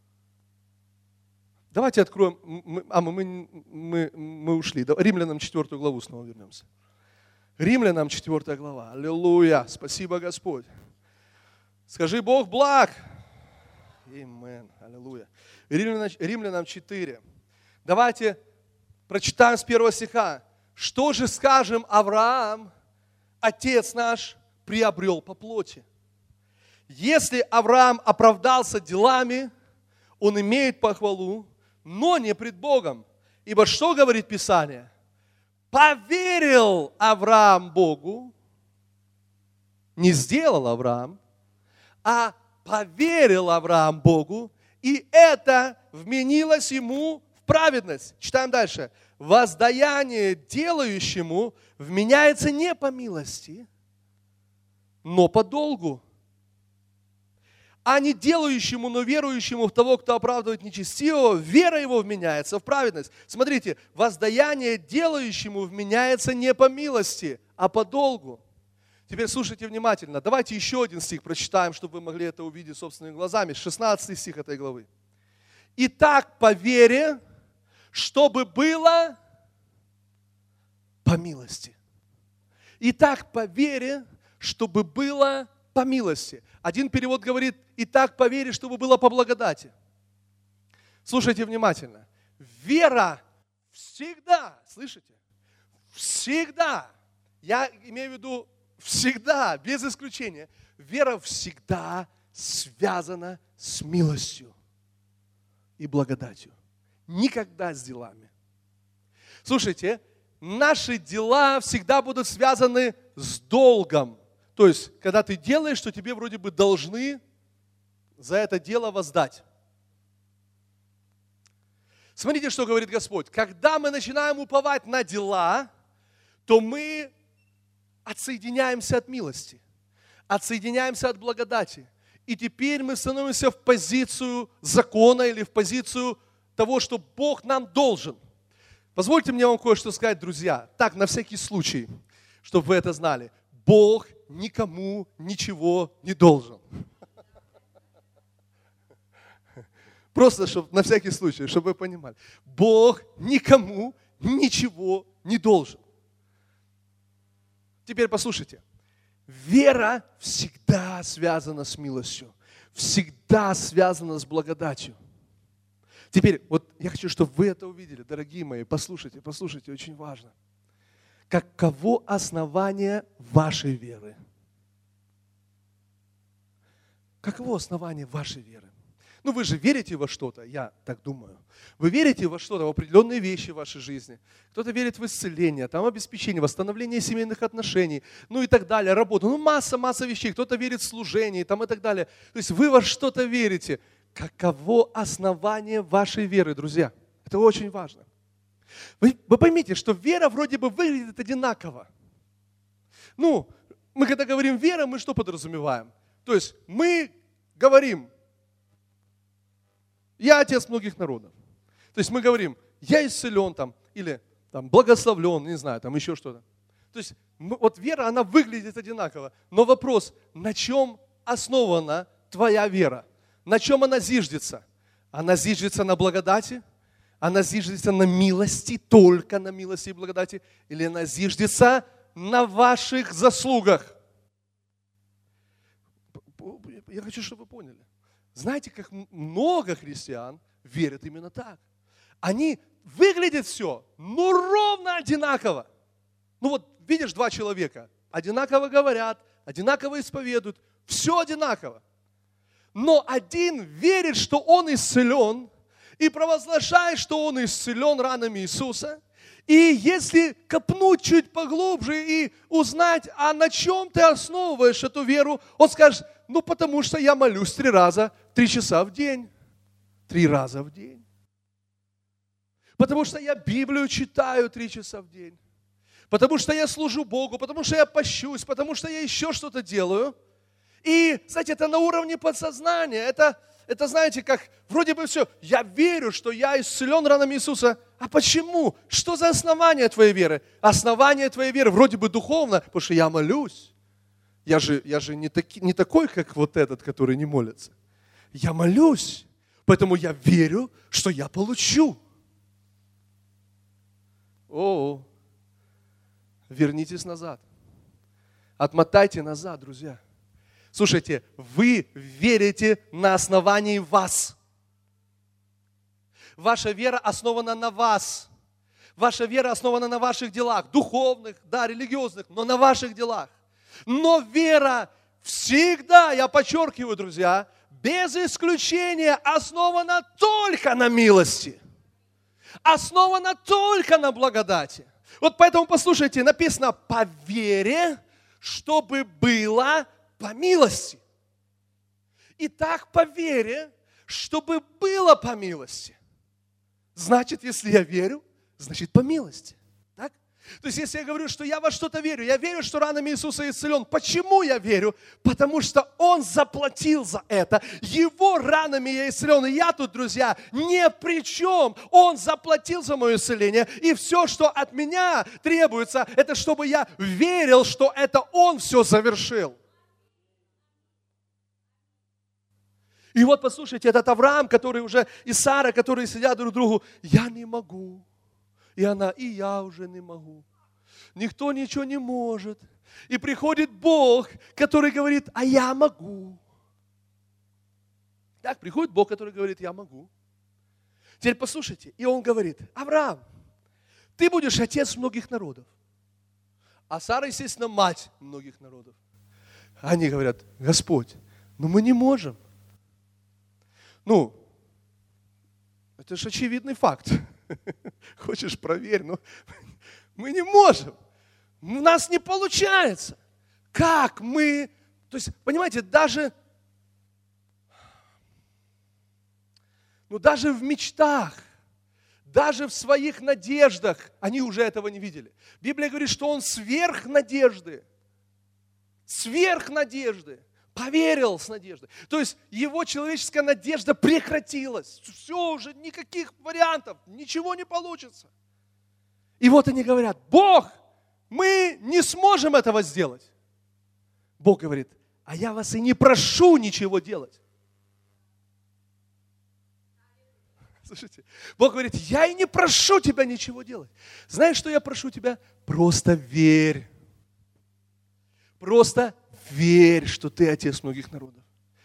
Давайте откроем, мы, а мы, мы, мы, мы ушли, Римлянам четвёртую главу снова вернемся. Римлянам четвёртая глава, аллилуйя, спасибо Господь. Скажи, Бог благ. Аминь, аллилуйя. Римлянам, Римлянам четыре. Давайте прочитаем с первого стиха. Что же скажем, Авраам, отец наш, приобрел по плоти? Если Авраам оправдался делами, он имеет похвалу, но не пред Богом. Ибо что говорит Писание? Поверил Авраам Богу, не сделал Авраам, а поверил Авраам Богу, и это вменилось ему в праведность. Читаем дальше. Воздаяние делающему вменяется не по милости, но по долгу. А не делающему, но верующему в того, кто оправдывает нечестивого, вера его вменяется в праведность. Смотрите, воздаяние делающему вменяется не по милости, а по долгу. Теперь слушайте внимательно. Давайте еще один стих прочитаем, чтобы вы могли это увидеть собственными глазами. шестнадцатый стих этой главы. Итак, по вере, чтобы было по милости. Итак, по вере, чтобы было по милости. Один перевод говорит, итак, по вере, чтобы было по благодати. Слушайте внимательно. Вера всегда, слышите? Всегда, я имею в виду всегда, без исключения, вера всегда связана с милостью и благодатью. Никогда с делами. Слушайте, наши дела всегда будут связаны с долгом. То есть, когда ты делаешь, что тебе вроде бы должны за это дело воздать. Смотрите, что говорит Господь. Когда мы начинаем уповать на дела, то мы отсоединяемся от милости, отсоединяемся от благодати. И теперь мы становимся в позицию закона или в позицию того, что Бог нам должен. Позвольте мне вам кое-что сказать, друзья. Так, на всякий случай, чтобы вы это знали. Бог никому ничего не должен. Просто чтобы, на всякий случай, чтобы вы понимали. Бог никому ничего не должен. Теперь послушайте. Вера всегда связана с милостью. Всегда связана с благодатью. Теперь, вот я хочу, чтобы вы это увидели, дорогие мои. Послушайте, послушайте, очень важно. Каково основание вашей веры? Каково основание вашей веры? Ну, вы же верите во что-то, я так думаю. Вы верите во что-то, в определенные вещи в вашей жизни. Кто-то верит в исцеление, там обеспечение, восстановление семейных отношений, ну и так далее, работу. Ну, масса, масса вещей. Кто-то верит в служение, там и так далее. То есть вы во что-то верите. Каково основание вашей веры, друзья? Это очень важно. Вы, вы поймите, что вера вроде бы выглядит одинаково. Ну, мы когда говорим вера, мы что подразумеваем? То есть мы говорим, я отец многих народов. То есть мы говорим, я исцелен там, или там, благословлен, не знаю, там еще что-то. То есть мы, вот вера, она выглядит одинаково. Но вопрос, на чем основана твоя вера? На чем она зиждется? Она зиждется на благодати? Она зиждется на милости, только на милости и благодати? Или она зиждется на ваших заслугах? Я хочу, чтобы вы поняли. Знаете, как много христиан верят именно так. Они выглядят все, ну, ровно одинаково. Ну вот, видишь, два человека, одинаково говорят, одинаково исповедуют, все одинаково. Но один верит, что он исцелен, и провозглашает, что он исцелен ранами Иисуса. И если копнуть чуть поглубже и узнать, а на чем ты основываешь эту веру, он скажет, ну потому что я молюсь три раза, три часа в день. Три раза в день. Потому что я Библию читаю три часа в день. Потому что я служу Богу, потому что я пощусь, потому что я еще что-то делаю. И, знаете, это на уровне подсознания. Это, это, знаете, как вроде бы все, я верю, что я исцелен ранами Иисуса. А почему? Что за основание твоей веры? Основание твоей веры вроде бы духовно, потому что я молюсь. Я же, я же не, таки, не такой, как вот этот, который не молится. Я молюсь, поэтому я верю, что я получу. О, вернитесь назад. Отмотайте назад, друзья. Слушайте, вы верите на основании вас. Ваша вера основана на вас. Ваша вера основана на ваших делах, духовных, да, религиозных, но на ваших делах. Но вера всегда, я подчеркиваю, друзья, без исключения основана только на милости. Основана только на благодати. Вот поэтому, послушайте, написано по вере, чтобы было по милости. Итак, по вере, чтобы было по милости. Значит, если я верю, значит по милости. Так? То есть, если я говорю, что я во что-то верю, я верю, что ранами Иисуса исцелен. Почему я верю? Потому что Он заплатил за это. Его ранами я исцелен. И я тут, друзья, ни при чем. Он заплатил за мое исцеление. И все, что от меня требуется, это чтобы я верил, что это Он все завершил. И вот послушайте, этот Авраам, который уже, и Сара, которые сидят друг другу, я не могу. И она, и я уже не могу. Никто ничего не может. И приходит Бог, который говорит, а я могу. Так, приходит Бог, который говорит, я могу. Теперь послушайте. И он говорит: Авраам, ты будешь отец многих народов. А Сара, естественно, мать многих народов. Они говорят: Господь, ну мы не можем. Ну, это же очевидный факт. Хочешь, проверь, но мы не можем. У нас не получается. Как мы... То есть, понимаете, даже... Ну, даже в мечтах, даже в своих надеждах они уже этого не видели. Библия говорит, что он сверх надежды. Сверх надежды. Поверил с надеждой. То есть его человеческая надежда прекратилась. Все, уже никаких вариантов, ничего не получится. И вот они говорят: Бог, мы не сможем этого сделать. Бог говорит: а я вас и не прошу ничего делать. Слушайте, Бог говорит: я и не прошу тебя ничего делать. Знаешь, что я прошу тебя? Просто верь. Просто верь, что ты отец многих народов.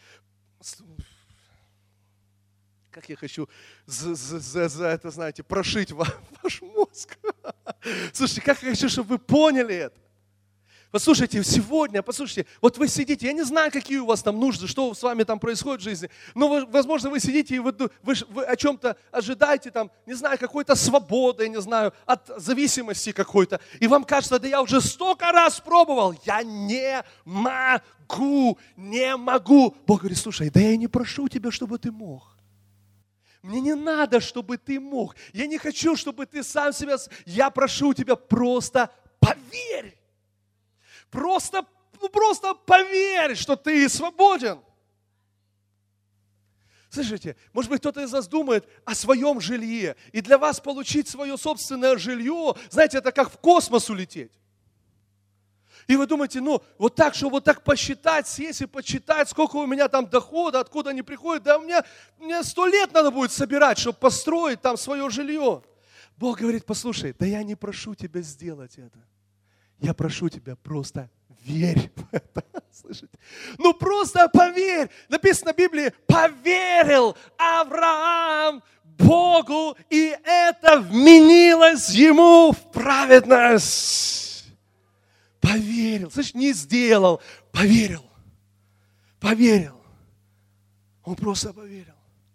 Как я хочу за, за, за, за это, знаете, прошить ваш мозг. Слушайте, как я хочу, чтобы вы поняли это. Послушайте, сегодня, послушайте, вот вы сидите, я не знаю, какие у вас там нужды, что с вами там происходит в жизни, но, вы, возможно, вы сидите и вы, вы, вы о чем-то ожидаете, там, не знаю, какой-то свободы, не знаю, от зависимости какой-то, и вам кажется: да я уже столько раз пробовал, я не могу, не могу. Бог говорит: слушай, да я не прошу тебя, чтобы ты мог. Мне не надо, чтобы ты мог. Я не хочу, чтобы ты сам себя... Я прошу тебя, просто поверь. Просто, ну просто поверь, что ты свободен. Слышите, может быть, кто-то из вас думает о своем жилье. И для вас получить свое собственное жилье, знаете, это как в космос улететь. И вы думаете: ну, вот так, что вот так посчитать, сесть и подсчитать, сколько у меня там дохода, откуда они приходят. Да у меня, мне сто лет надо будет собирать, чтобы построить там свое жилье. Бог говорит: послушай, да я не прошу тебя сделать это. Я прошу тебя, просто верь в это. Слышите? Ну просто поверь. Написано в Библии: поверил Авраам Богу, и это вменилось ему в праведность. Поверил. Слышишь, не сделал, поверил. Поверил. Он просто поверил.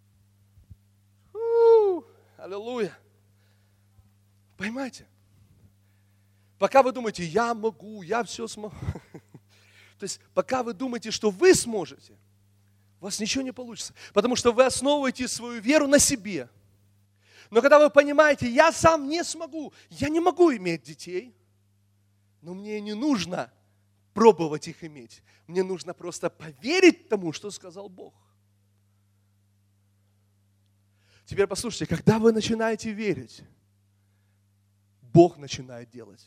У-у-у. Аллилуйя. Поймайте? Пока вы думаете: я могу, я все смогу. То есть, пока вы думаете, что вы сможете, у вас ничего не получится. Потому что вы основываете свою веру на себе. Но когда вы понимаете: я сам не смогу, я не могу иметь детей, но мне не нужно пробовать их иметь. Мне нужно просто поверить тому, что сказал Бог. Теперь послушайте, когда вы начинаете верить, Бог начинает делать.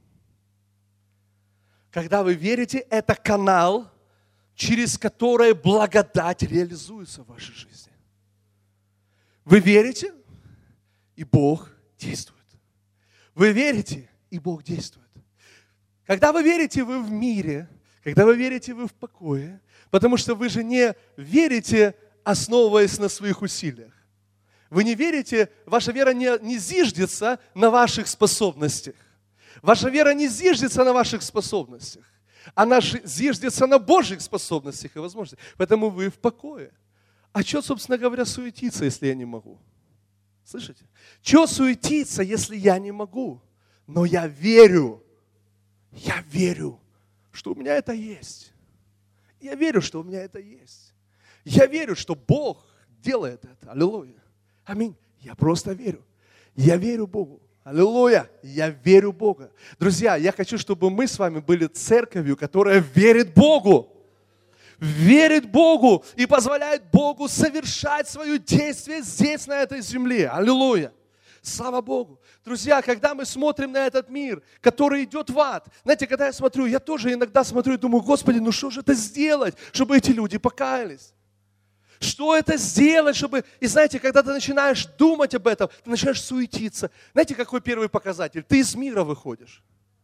Когда вы верите, это канал, через который благодать реализуется в вашей жизни. Вы верите, и Бог действует. Вы верите, и Бог действует. Когда вы верите, вы в мире, когда вы верите, вы в покое, потому что вы же не верите, основываясь на своих усилиях. Вы не верите, ваша вера не, не зиждется на ваших способностях. Ваша вера не зиждется на ваших способностях. Она зиждется на Божьих способностях и возможностях. Поэтому вы в покое. А что, собственно говоря, суетиться, если я не могу? Слышите? Что суетиться, если я не могу? Но я верю, я верю, что у меня это есть. Я верю, что у меня это есть. Я верю, что Бог делает это. Аллилуйя. Аминь. Я просто верю. Я верю Богу. Аллилуйя. Я верю Богу. Друзья, я хочу, чтобы мы с вами были церковью, которая верит Богу. Верит Богу и позволяет Богу совершать свое действие здесь, на этой земле. Аллилуйя. Слава Богу. Друзья, когда мы смотрим на этот мир, который идет в ад, знаете, когда я смотрю, я тоже иногда смотрю и думаю: Господи, ну что же это сделать, чтобы эти люди покаялись? Что это сделать, чтобы... И знаете, когда ты начинаешь думать об этом, ты начинаешь суетиться. Знаете, какой первый показатель? Ты из мира выходишь.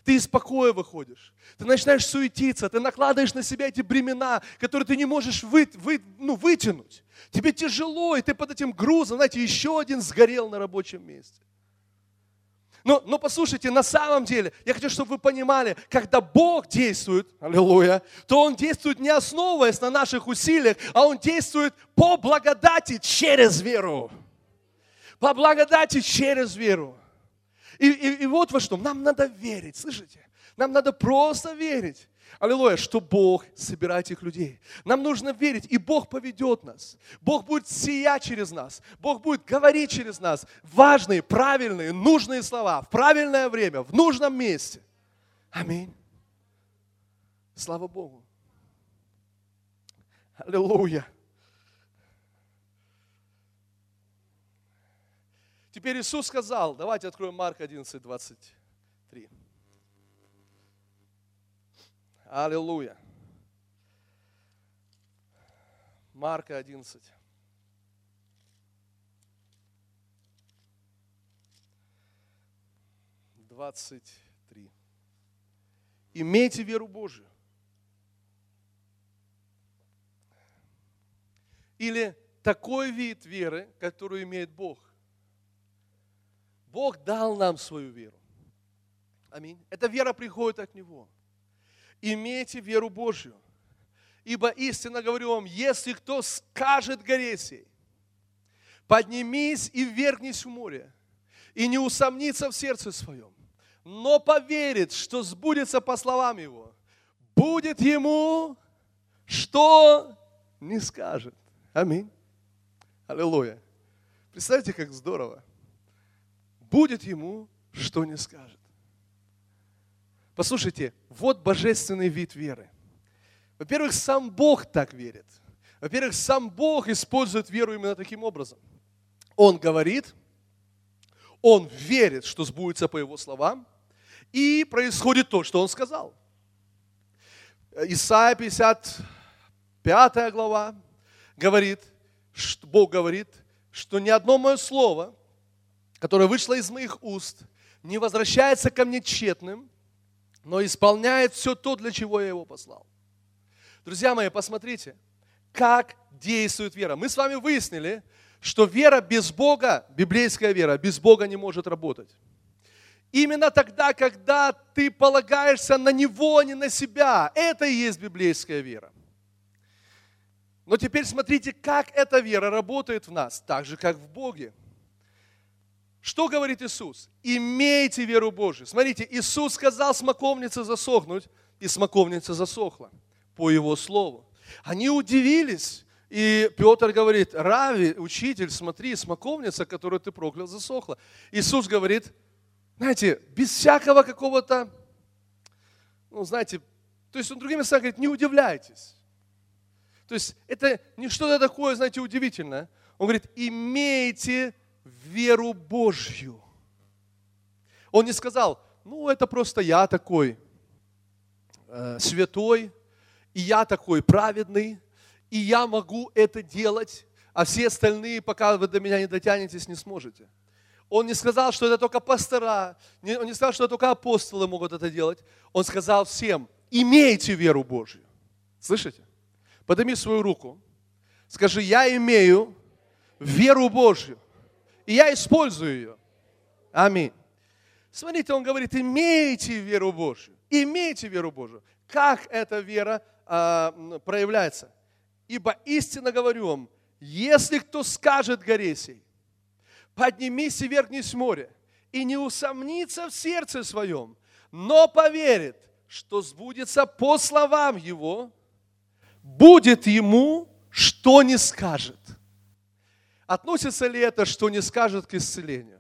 Ты из покоя выходишь. Ты начинаешь суетиться, ты накладываешь на себя эти бремена, которые ты не можешь вы, вы, ну, вытянуть. Тебе тяжело, и ты под этим грузом, знаете, еще один сгорел на рабочем месте. Но, но послушайте, на самом деле, я хочу, чтобы вы понимали, когда Бог действует, аллилуйя, то Он действует не основываясь на наших усилиях, а Он действует по благодати через веру. По благодати через веру. И, и, и вот во что, нам надо верить, слышите? Нам надо просто верить, аллилуйя, что Бог собирает этих людей. Нам нужно верить, и Бог поведет нас. Бог будет сиять через нас. Бог будет говорить через нас важные, правильные, нужные слова в правильное время, в нужном месте. Аминь. Слава Богу. Аллилуйя. Теперь Иисус сказал, давайте откроем Марка одиннадцать, двадцать три. Аллилуйя. Марка одиннадцать. двадцать три. Имейте веру Божию. Или такой вид веры, которую имеет Бог. Бог дал нам свою веру. Аминь. Эта вера приходит от Него. Имейте веру Божью. Ибо истинно говорю вам, если кто скажет горе сей, поднимись и ввергнись в море, и не усомнится в сердце своем, но поверит, что сбудется по словам его, будет ему, что не скажет. Аминь. Аллилуйя. Представьте, как здорово. Будет ему, что не скажет. Послушайте, вот божественный вид веры. Во-первых, сам Бог так верит. Во-первых, сам Бог использует веру именно таким образом. Он говорит, Он верит, что сбудется по Его словам, и происходит то, что Он сказал. Исайя пятьдесят пятая глава говорит, что Бог говорит, что ни одно мое слово, которое вышло из моих уст, не возвращается ко мне тщетным, но исполняет все то, для чего я его послал. Друзья мои, посмотрите, как действует вера. Мы с вами выяснили, что вера без Бога, библейская вера, без Бога не может работать. Именно тогда, когда ты полагаешься на Него, а не на себя, это и есть библейская вера. Но теперь смотрите, как эта вера работает в нас, так же, как в Боге. Что говорит Иисус? Имейте веру Божию. Смотрите, Иисус сказал смоковнице засохнуть, и смоковница засохла по Его слову. Они удивились, и Петр говорит, Рави, учитель, смотри, смоковница, которую ты проклял, засохла. Иисус говорит, знаете, без всякого какого-то, ну, знаете, то есть он другими словами говорит, не удивляйтесь. То есть это не что-то такое, знаете, удивительное. Он говорит, имейте веру Божью. Он не сказал, ну это просто я такой э, святой, и я такой праведный, и я могу это делать, а все остальные, пока вы до меня не дотянетесь, не сможете. Он не сказал, что это только пастора, он не сказал, что только апостолы могут это делать. Он сказал всем, имейте веру Божью. Слышите? Подними свою руку, скажи, я имею веру Божью. И я использую ее. Аминь. Смотрите, он говорит, имейте веру Божью. Имейте веру Божью. Как эта вера а, проявляется? Ибо истинно говорю вам, если кто скажет горе сей, поднимись и вергнись в море, и не усомнится в сердце своем, но поверит, что сбудется по словам его, будет ему, что не скажет. Относится ли это, что не скажет, к исцелению?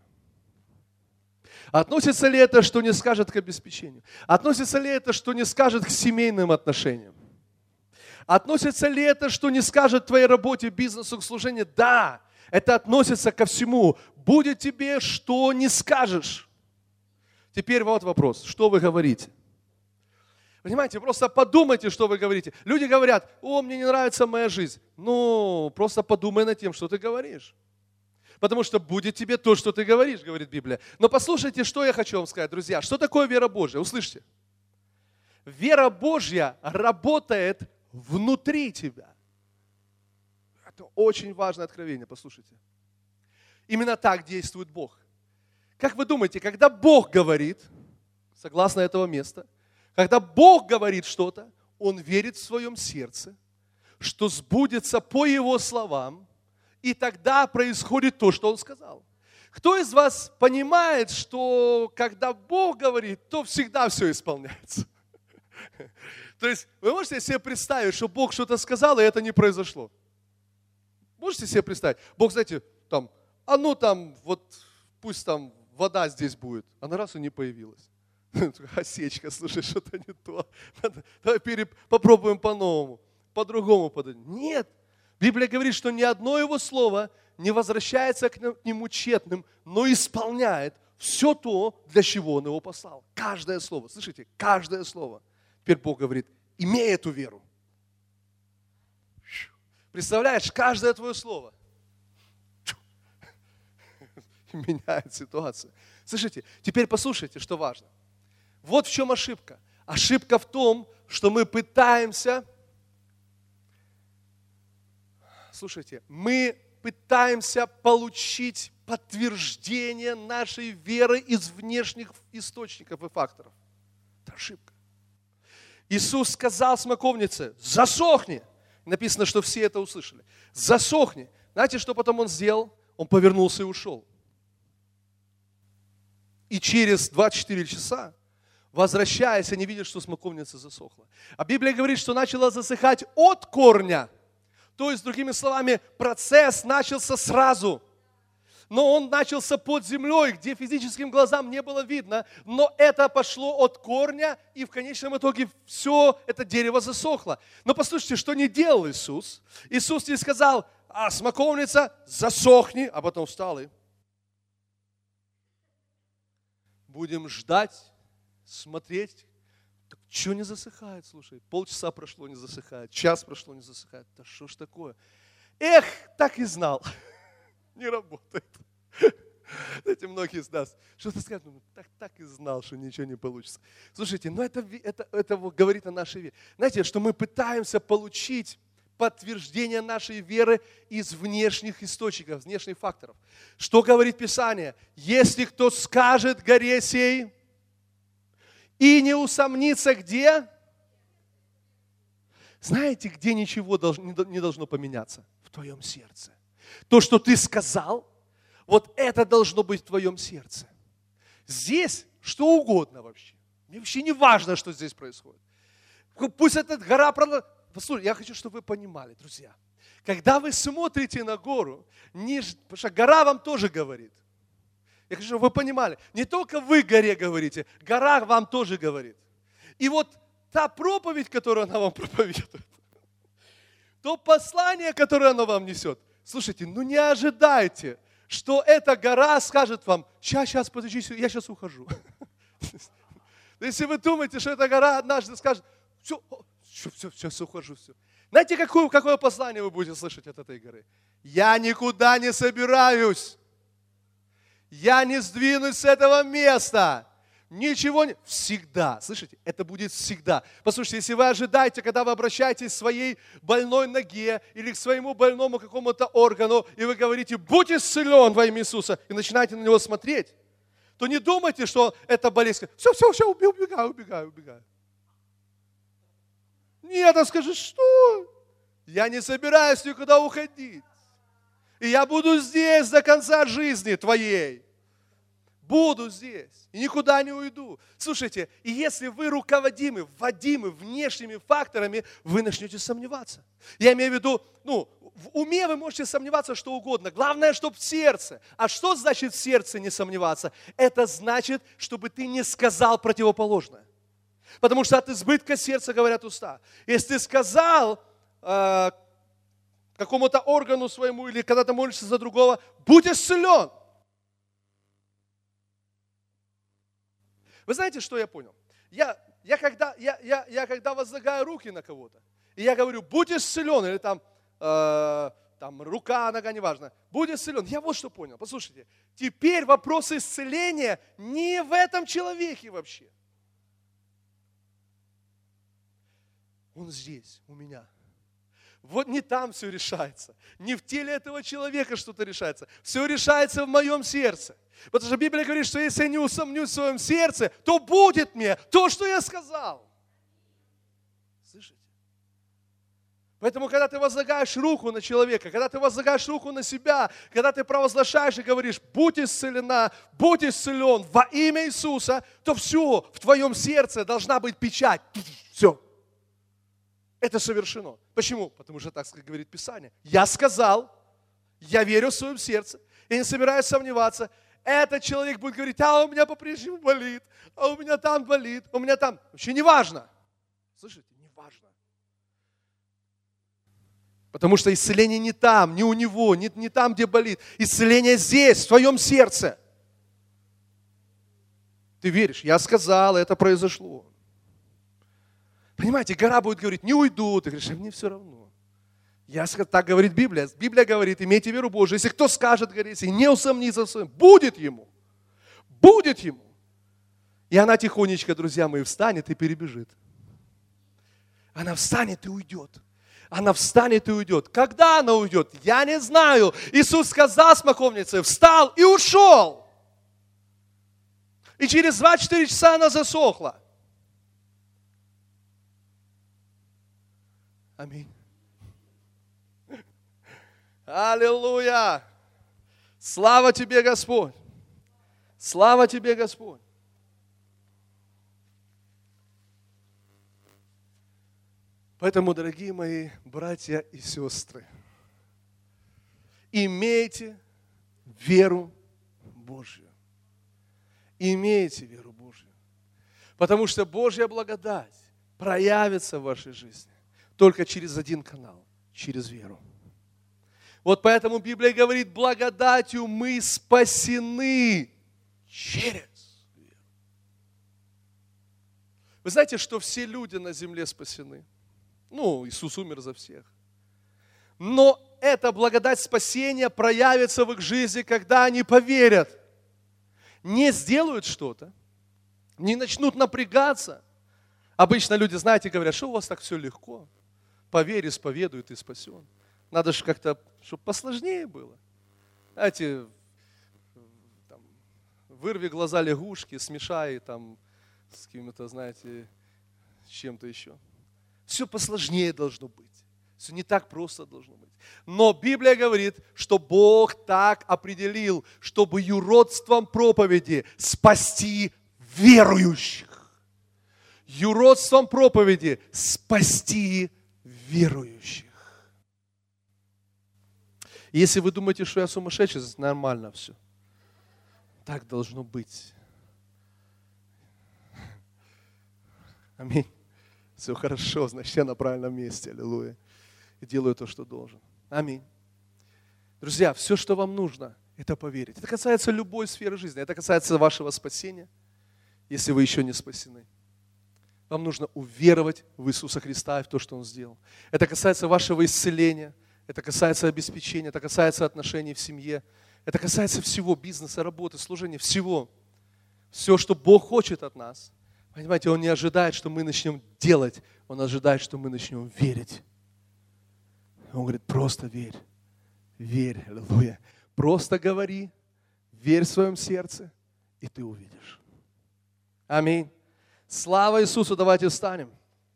Относится ли это, что не скажет, к обеспечению? Относится ли это, что не скажет, к семейным отношениям? Относится ли это, что не скажет твоей работе, бизнесу, к служению? Да, это относится ко всему. Будет тебе, что не скажешь. Теперь вот вопрос, что вы говорите? Понимаете, просто подумайте, что вы говорите. Люди говорят, о, мне не нравится моя жизнь. Ну, просто подумай над тем, что ты говоришь. Потому что будет тебе то, что ты говоришь, говорит Библия. Но послушайте, что я хочу вам сказать, друзья. Что такое вера Божья? Услышьте. Вера Божья работает внутри тебя. Это очень важное откровение, послушайте. Именно так действует Бог. Как вы думаете, когда Бог говорит, согласно этого места, когда Бог говорит что-то, Он верит в своем сердце, что сбудется по Его словам, и тогда происходит то, что Он сказал. Кто из вас понимает, что когда Бог говорит, то всегда все исполняется? То есть вы можете себе представить, что Бог что-то сказал, и это не произошло? Можете себе представить? Бог, знаете, там, а ну там, вот пусть там вода здесь будет. Она раз и не появилась. Осечка, слушай, что-то не то. Давай переп... попробуем по-новому, по-другому подойти. Нет. Библия говорит, что ни одно его слово не возвращается к нему тщетным, но исполняет все то, для чего он его послал. Каждое слово. Слышите? Каждое слово. Теперь Бог говорит, имей эту веру. Представляешь, каждое твое слово меняет ситуацию. Слышите, теперь послушайте, что важно. Вот в чем ошибка. Ошибка в том, что мы пытаемся, слушайте, мы пытаемся получить подтверждение нашей веры из внешних источников и факторов. Это ошибка. Иисус сказал смоковнице, засохни. Написано, что все это услышали. Засохни. Знаете, что потом он сделал? Он повернулся и ушел. И через двадцать четыре часа, возвращаясь, они видят, что смоковница засохла. А Библия говорит, что начала засыхать от корня. То есть, другими словами, процесс начался сразу. Но он начался под землей, где физическим глазам не было видно. Но это пошло от корня, и в конечном итоге все это дерево засохло. Но послушайте, что не делал Иисус. Иисус не сказал, а смоковница, засохни, а потом встал и будем ждать, смотреть. Так что не засыхает, слушай? Полчаса прошло, не засыхает. Час прошло, не засыхает. Да что ж такое? Эх, так и знал. Не работает. Знаете, многие из нас что-то скажут, ну, так, так и знал, что ничего не получится. Слушайте, ну это, это, это говорит о нашей вере. Знаете, что мы пытаемся получить подтверждение нашей веры из внешних источников, внешних факторов. Что говорит Писание? Если кто скажет горе сей и не усомнится где? Знаете, где ничего не должно поменяться? В твоем сердце. То, что ты сказал, вот это должно быть в твоем сердце. Здесь что угодно вообще. Мне вообще не важно, что здесь происходит. Пусть эта гора... Послушайте, я хочу, чтобы вы понимали, друзья. Когда вы смотрите на гору, не... потому что гора вам тоже говорит. Я хочу, чтобы вы понимали. Не только вы горе говорите, гора вам тоже говорит. И вот та проповедь, которую она вам проповедует, то послание, которое она вам несет, слушайте, ну не ожидайте, что эта гора скажет вам, сейчас, сейчас, подожди, я сейчас ухожу. Если вы думаете, что эта гора однажды скажет, все, все, все, сейчас ухожу, все. Знаете, какое, какое послание вы будете слышать от этой горы? Я никуда не собираюсь. Я не сдвинусь с этого места. Ничего не... Всегда. Слышите? Это будет всегда. Послушайте, если вы ожидаете, когда вы обращаетесь к своей больной ноге или к своему больному какому-то органу, и вы говорите, будь исцелен во имя Иисуса, и начинаете на него смотреть, то не думайте, что это болезнь. Все, все, все, убегаю, убегаю, убегаю. Нет, он скажет, что? Я не собираюсь никуда уходить. И я буду здесь до конца жизни твоей. Буду здесь и никуда не уйду. Слушайте, и если вы руководимы, вводимы внешними факторами, вы начнете сомневаться. Я имею в виду, ну, в уме вы можете сомневаться что угодно. Главное, чтобы в сердце. А что значит в сердце не сомневаться? Это значит, чтобы ты не сказал противоположное. Потому что от избытка сердца говорят уста. Если ты сказал э, какому-то органу своему или когда ты молишься за другого, будь исцелен. Вы знаете, что я понял? Я, я, когда, я, я, я когда возлагаю руки на кого-то, и я говорю, будь исцелен, или там, э, там рука, нога, неважно, будет исцелен. Я вот что понял, послушайте, теперь вопрос исцеления не в этом человеке вообще. Он здесь, у меня. Вот не там все решается, не в теле этого человека что-то решается, все решается в моем сердце. Потому что Библия говорит, что если я не усомнюсь в своем сердце, то будет мне то, что я сказал. Слышите? Поэтому, когда ты возлагаешь руку на человека, когда ты возлагаешь руку на себя, когда ты провозглашаешь и говоришь, будь исцелена, будь исцелен во имя Иисуса, то все, в твоем сердце должна быть печать. Все. Это совершено. Почему? Потому что так говорит Писание. Я сказал, я верю в своем сердце, и не собираюсь сомневаться. Этот человек будет говорить, а у меня по-прежнему болит, а у меня там болит, у меня там. Вообще не важно. Слышите? Не важно. Потому что исцеление не там, не у него, не, не там, где болит. Исцеление здесь, в твоем сердце. Ты веришь? Я сказал, это произошло. Понимаете, гора будет говорить, не уйду. Ты говоришь, а мне все равно. Я, так говорит Библия. Библия говорит, имейте веру Божию. Если кто скажет горе, если не усомнится в своем, будет ему. Будет ему. И она тихонечко, друзья мои, встанет и перебежит. Она встанет и уйдет. Она встанет и уйдет. Когда она уйдет? Я не знаю. Иисус сказал смоковнице, встал и ушел. И через два-четыре часа она засохла. Аминь. Аллилуйя. Слава тебе, Господь. Слава тебе, Господь. Поэтому, дорогие мои братья и сестры, имейте веру Божью. Имейте веру Божью. Потому что Божья благодать проявится в вашей жизни только через один канал, через веру. Вот поэтому Библия говорит, благодатью мы спасены через веру. Вы знаете, что все люди на земле спасены? Ну, Иисус умер за всех. Но эта благодать спасения проявится в их жизни, когда они поверят. Не сделают что-то, не начнут напрягаться. Обычно люди, знаете, говорят, что у вас так все легко. Поверь, исповедуй, ты спасен. Надо же как-то, чтобы посложнее было. Знаете, там, вырви глаза лягушки, смешай там с каким-то, знаете, с чем-то еще. Все посложнее должно быть. Все не так просто должно быть. Но Библия говорит, что Бог так определил, чтобы юродством проповеди спасти верующих. Юродством проповеди спасти верующих. Если вы думаете, что я сумасшедший, нормально все. Так должно быть. Аминь. Все хорошо, значит, я на правильном месте. Аллилуйя. И делаю то, что должен. Аминь. Друзья, все, что вам нужно, это поверить. Это касается любой сферы жизни. Это касается вашего спасения, если вы еще не спасены. Вам нужно уверовать в Иисуса Христа и в то, что Он сделал. Это касается вашего исцеления. Это касается обеспечения. Это касается отношений в семье. Это касается всего, бизнеса, работы, служения, всего. Все, что Бог хочет от нас. Понимаете, Он не ожидает, что мы начнем делать. Он ожидает, что мы начнем верить. Он говорит, просто верь. Верь, аллилуйя. Просто говори, верь в своем сердце, и ты увидишь. Аминь. Слава Иисусу, давайте встанем.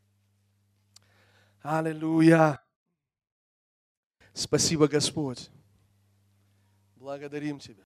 Аллилуйя. Спасибо, Господь. Благодарим Тебя.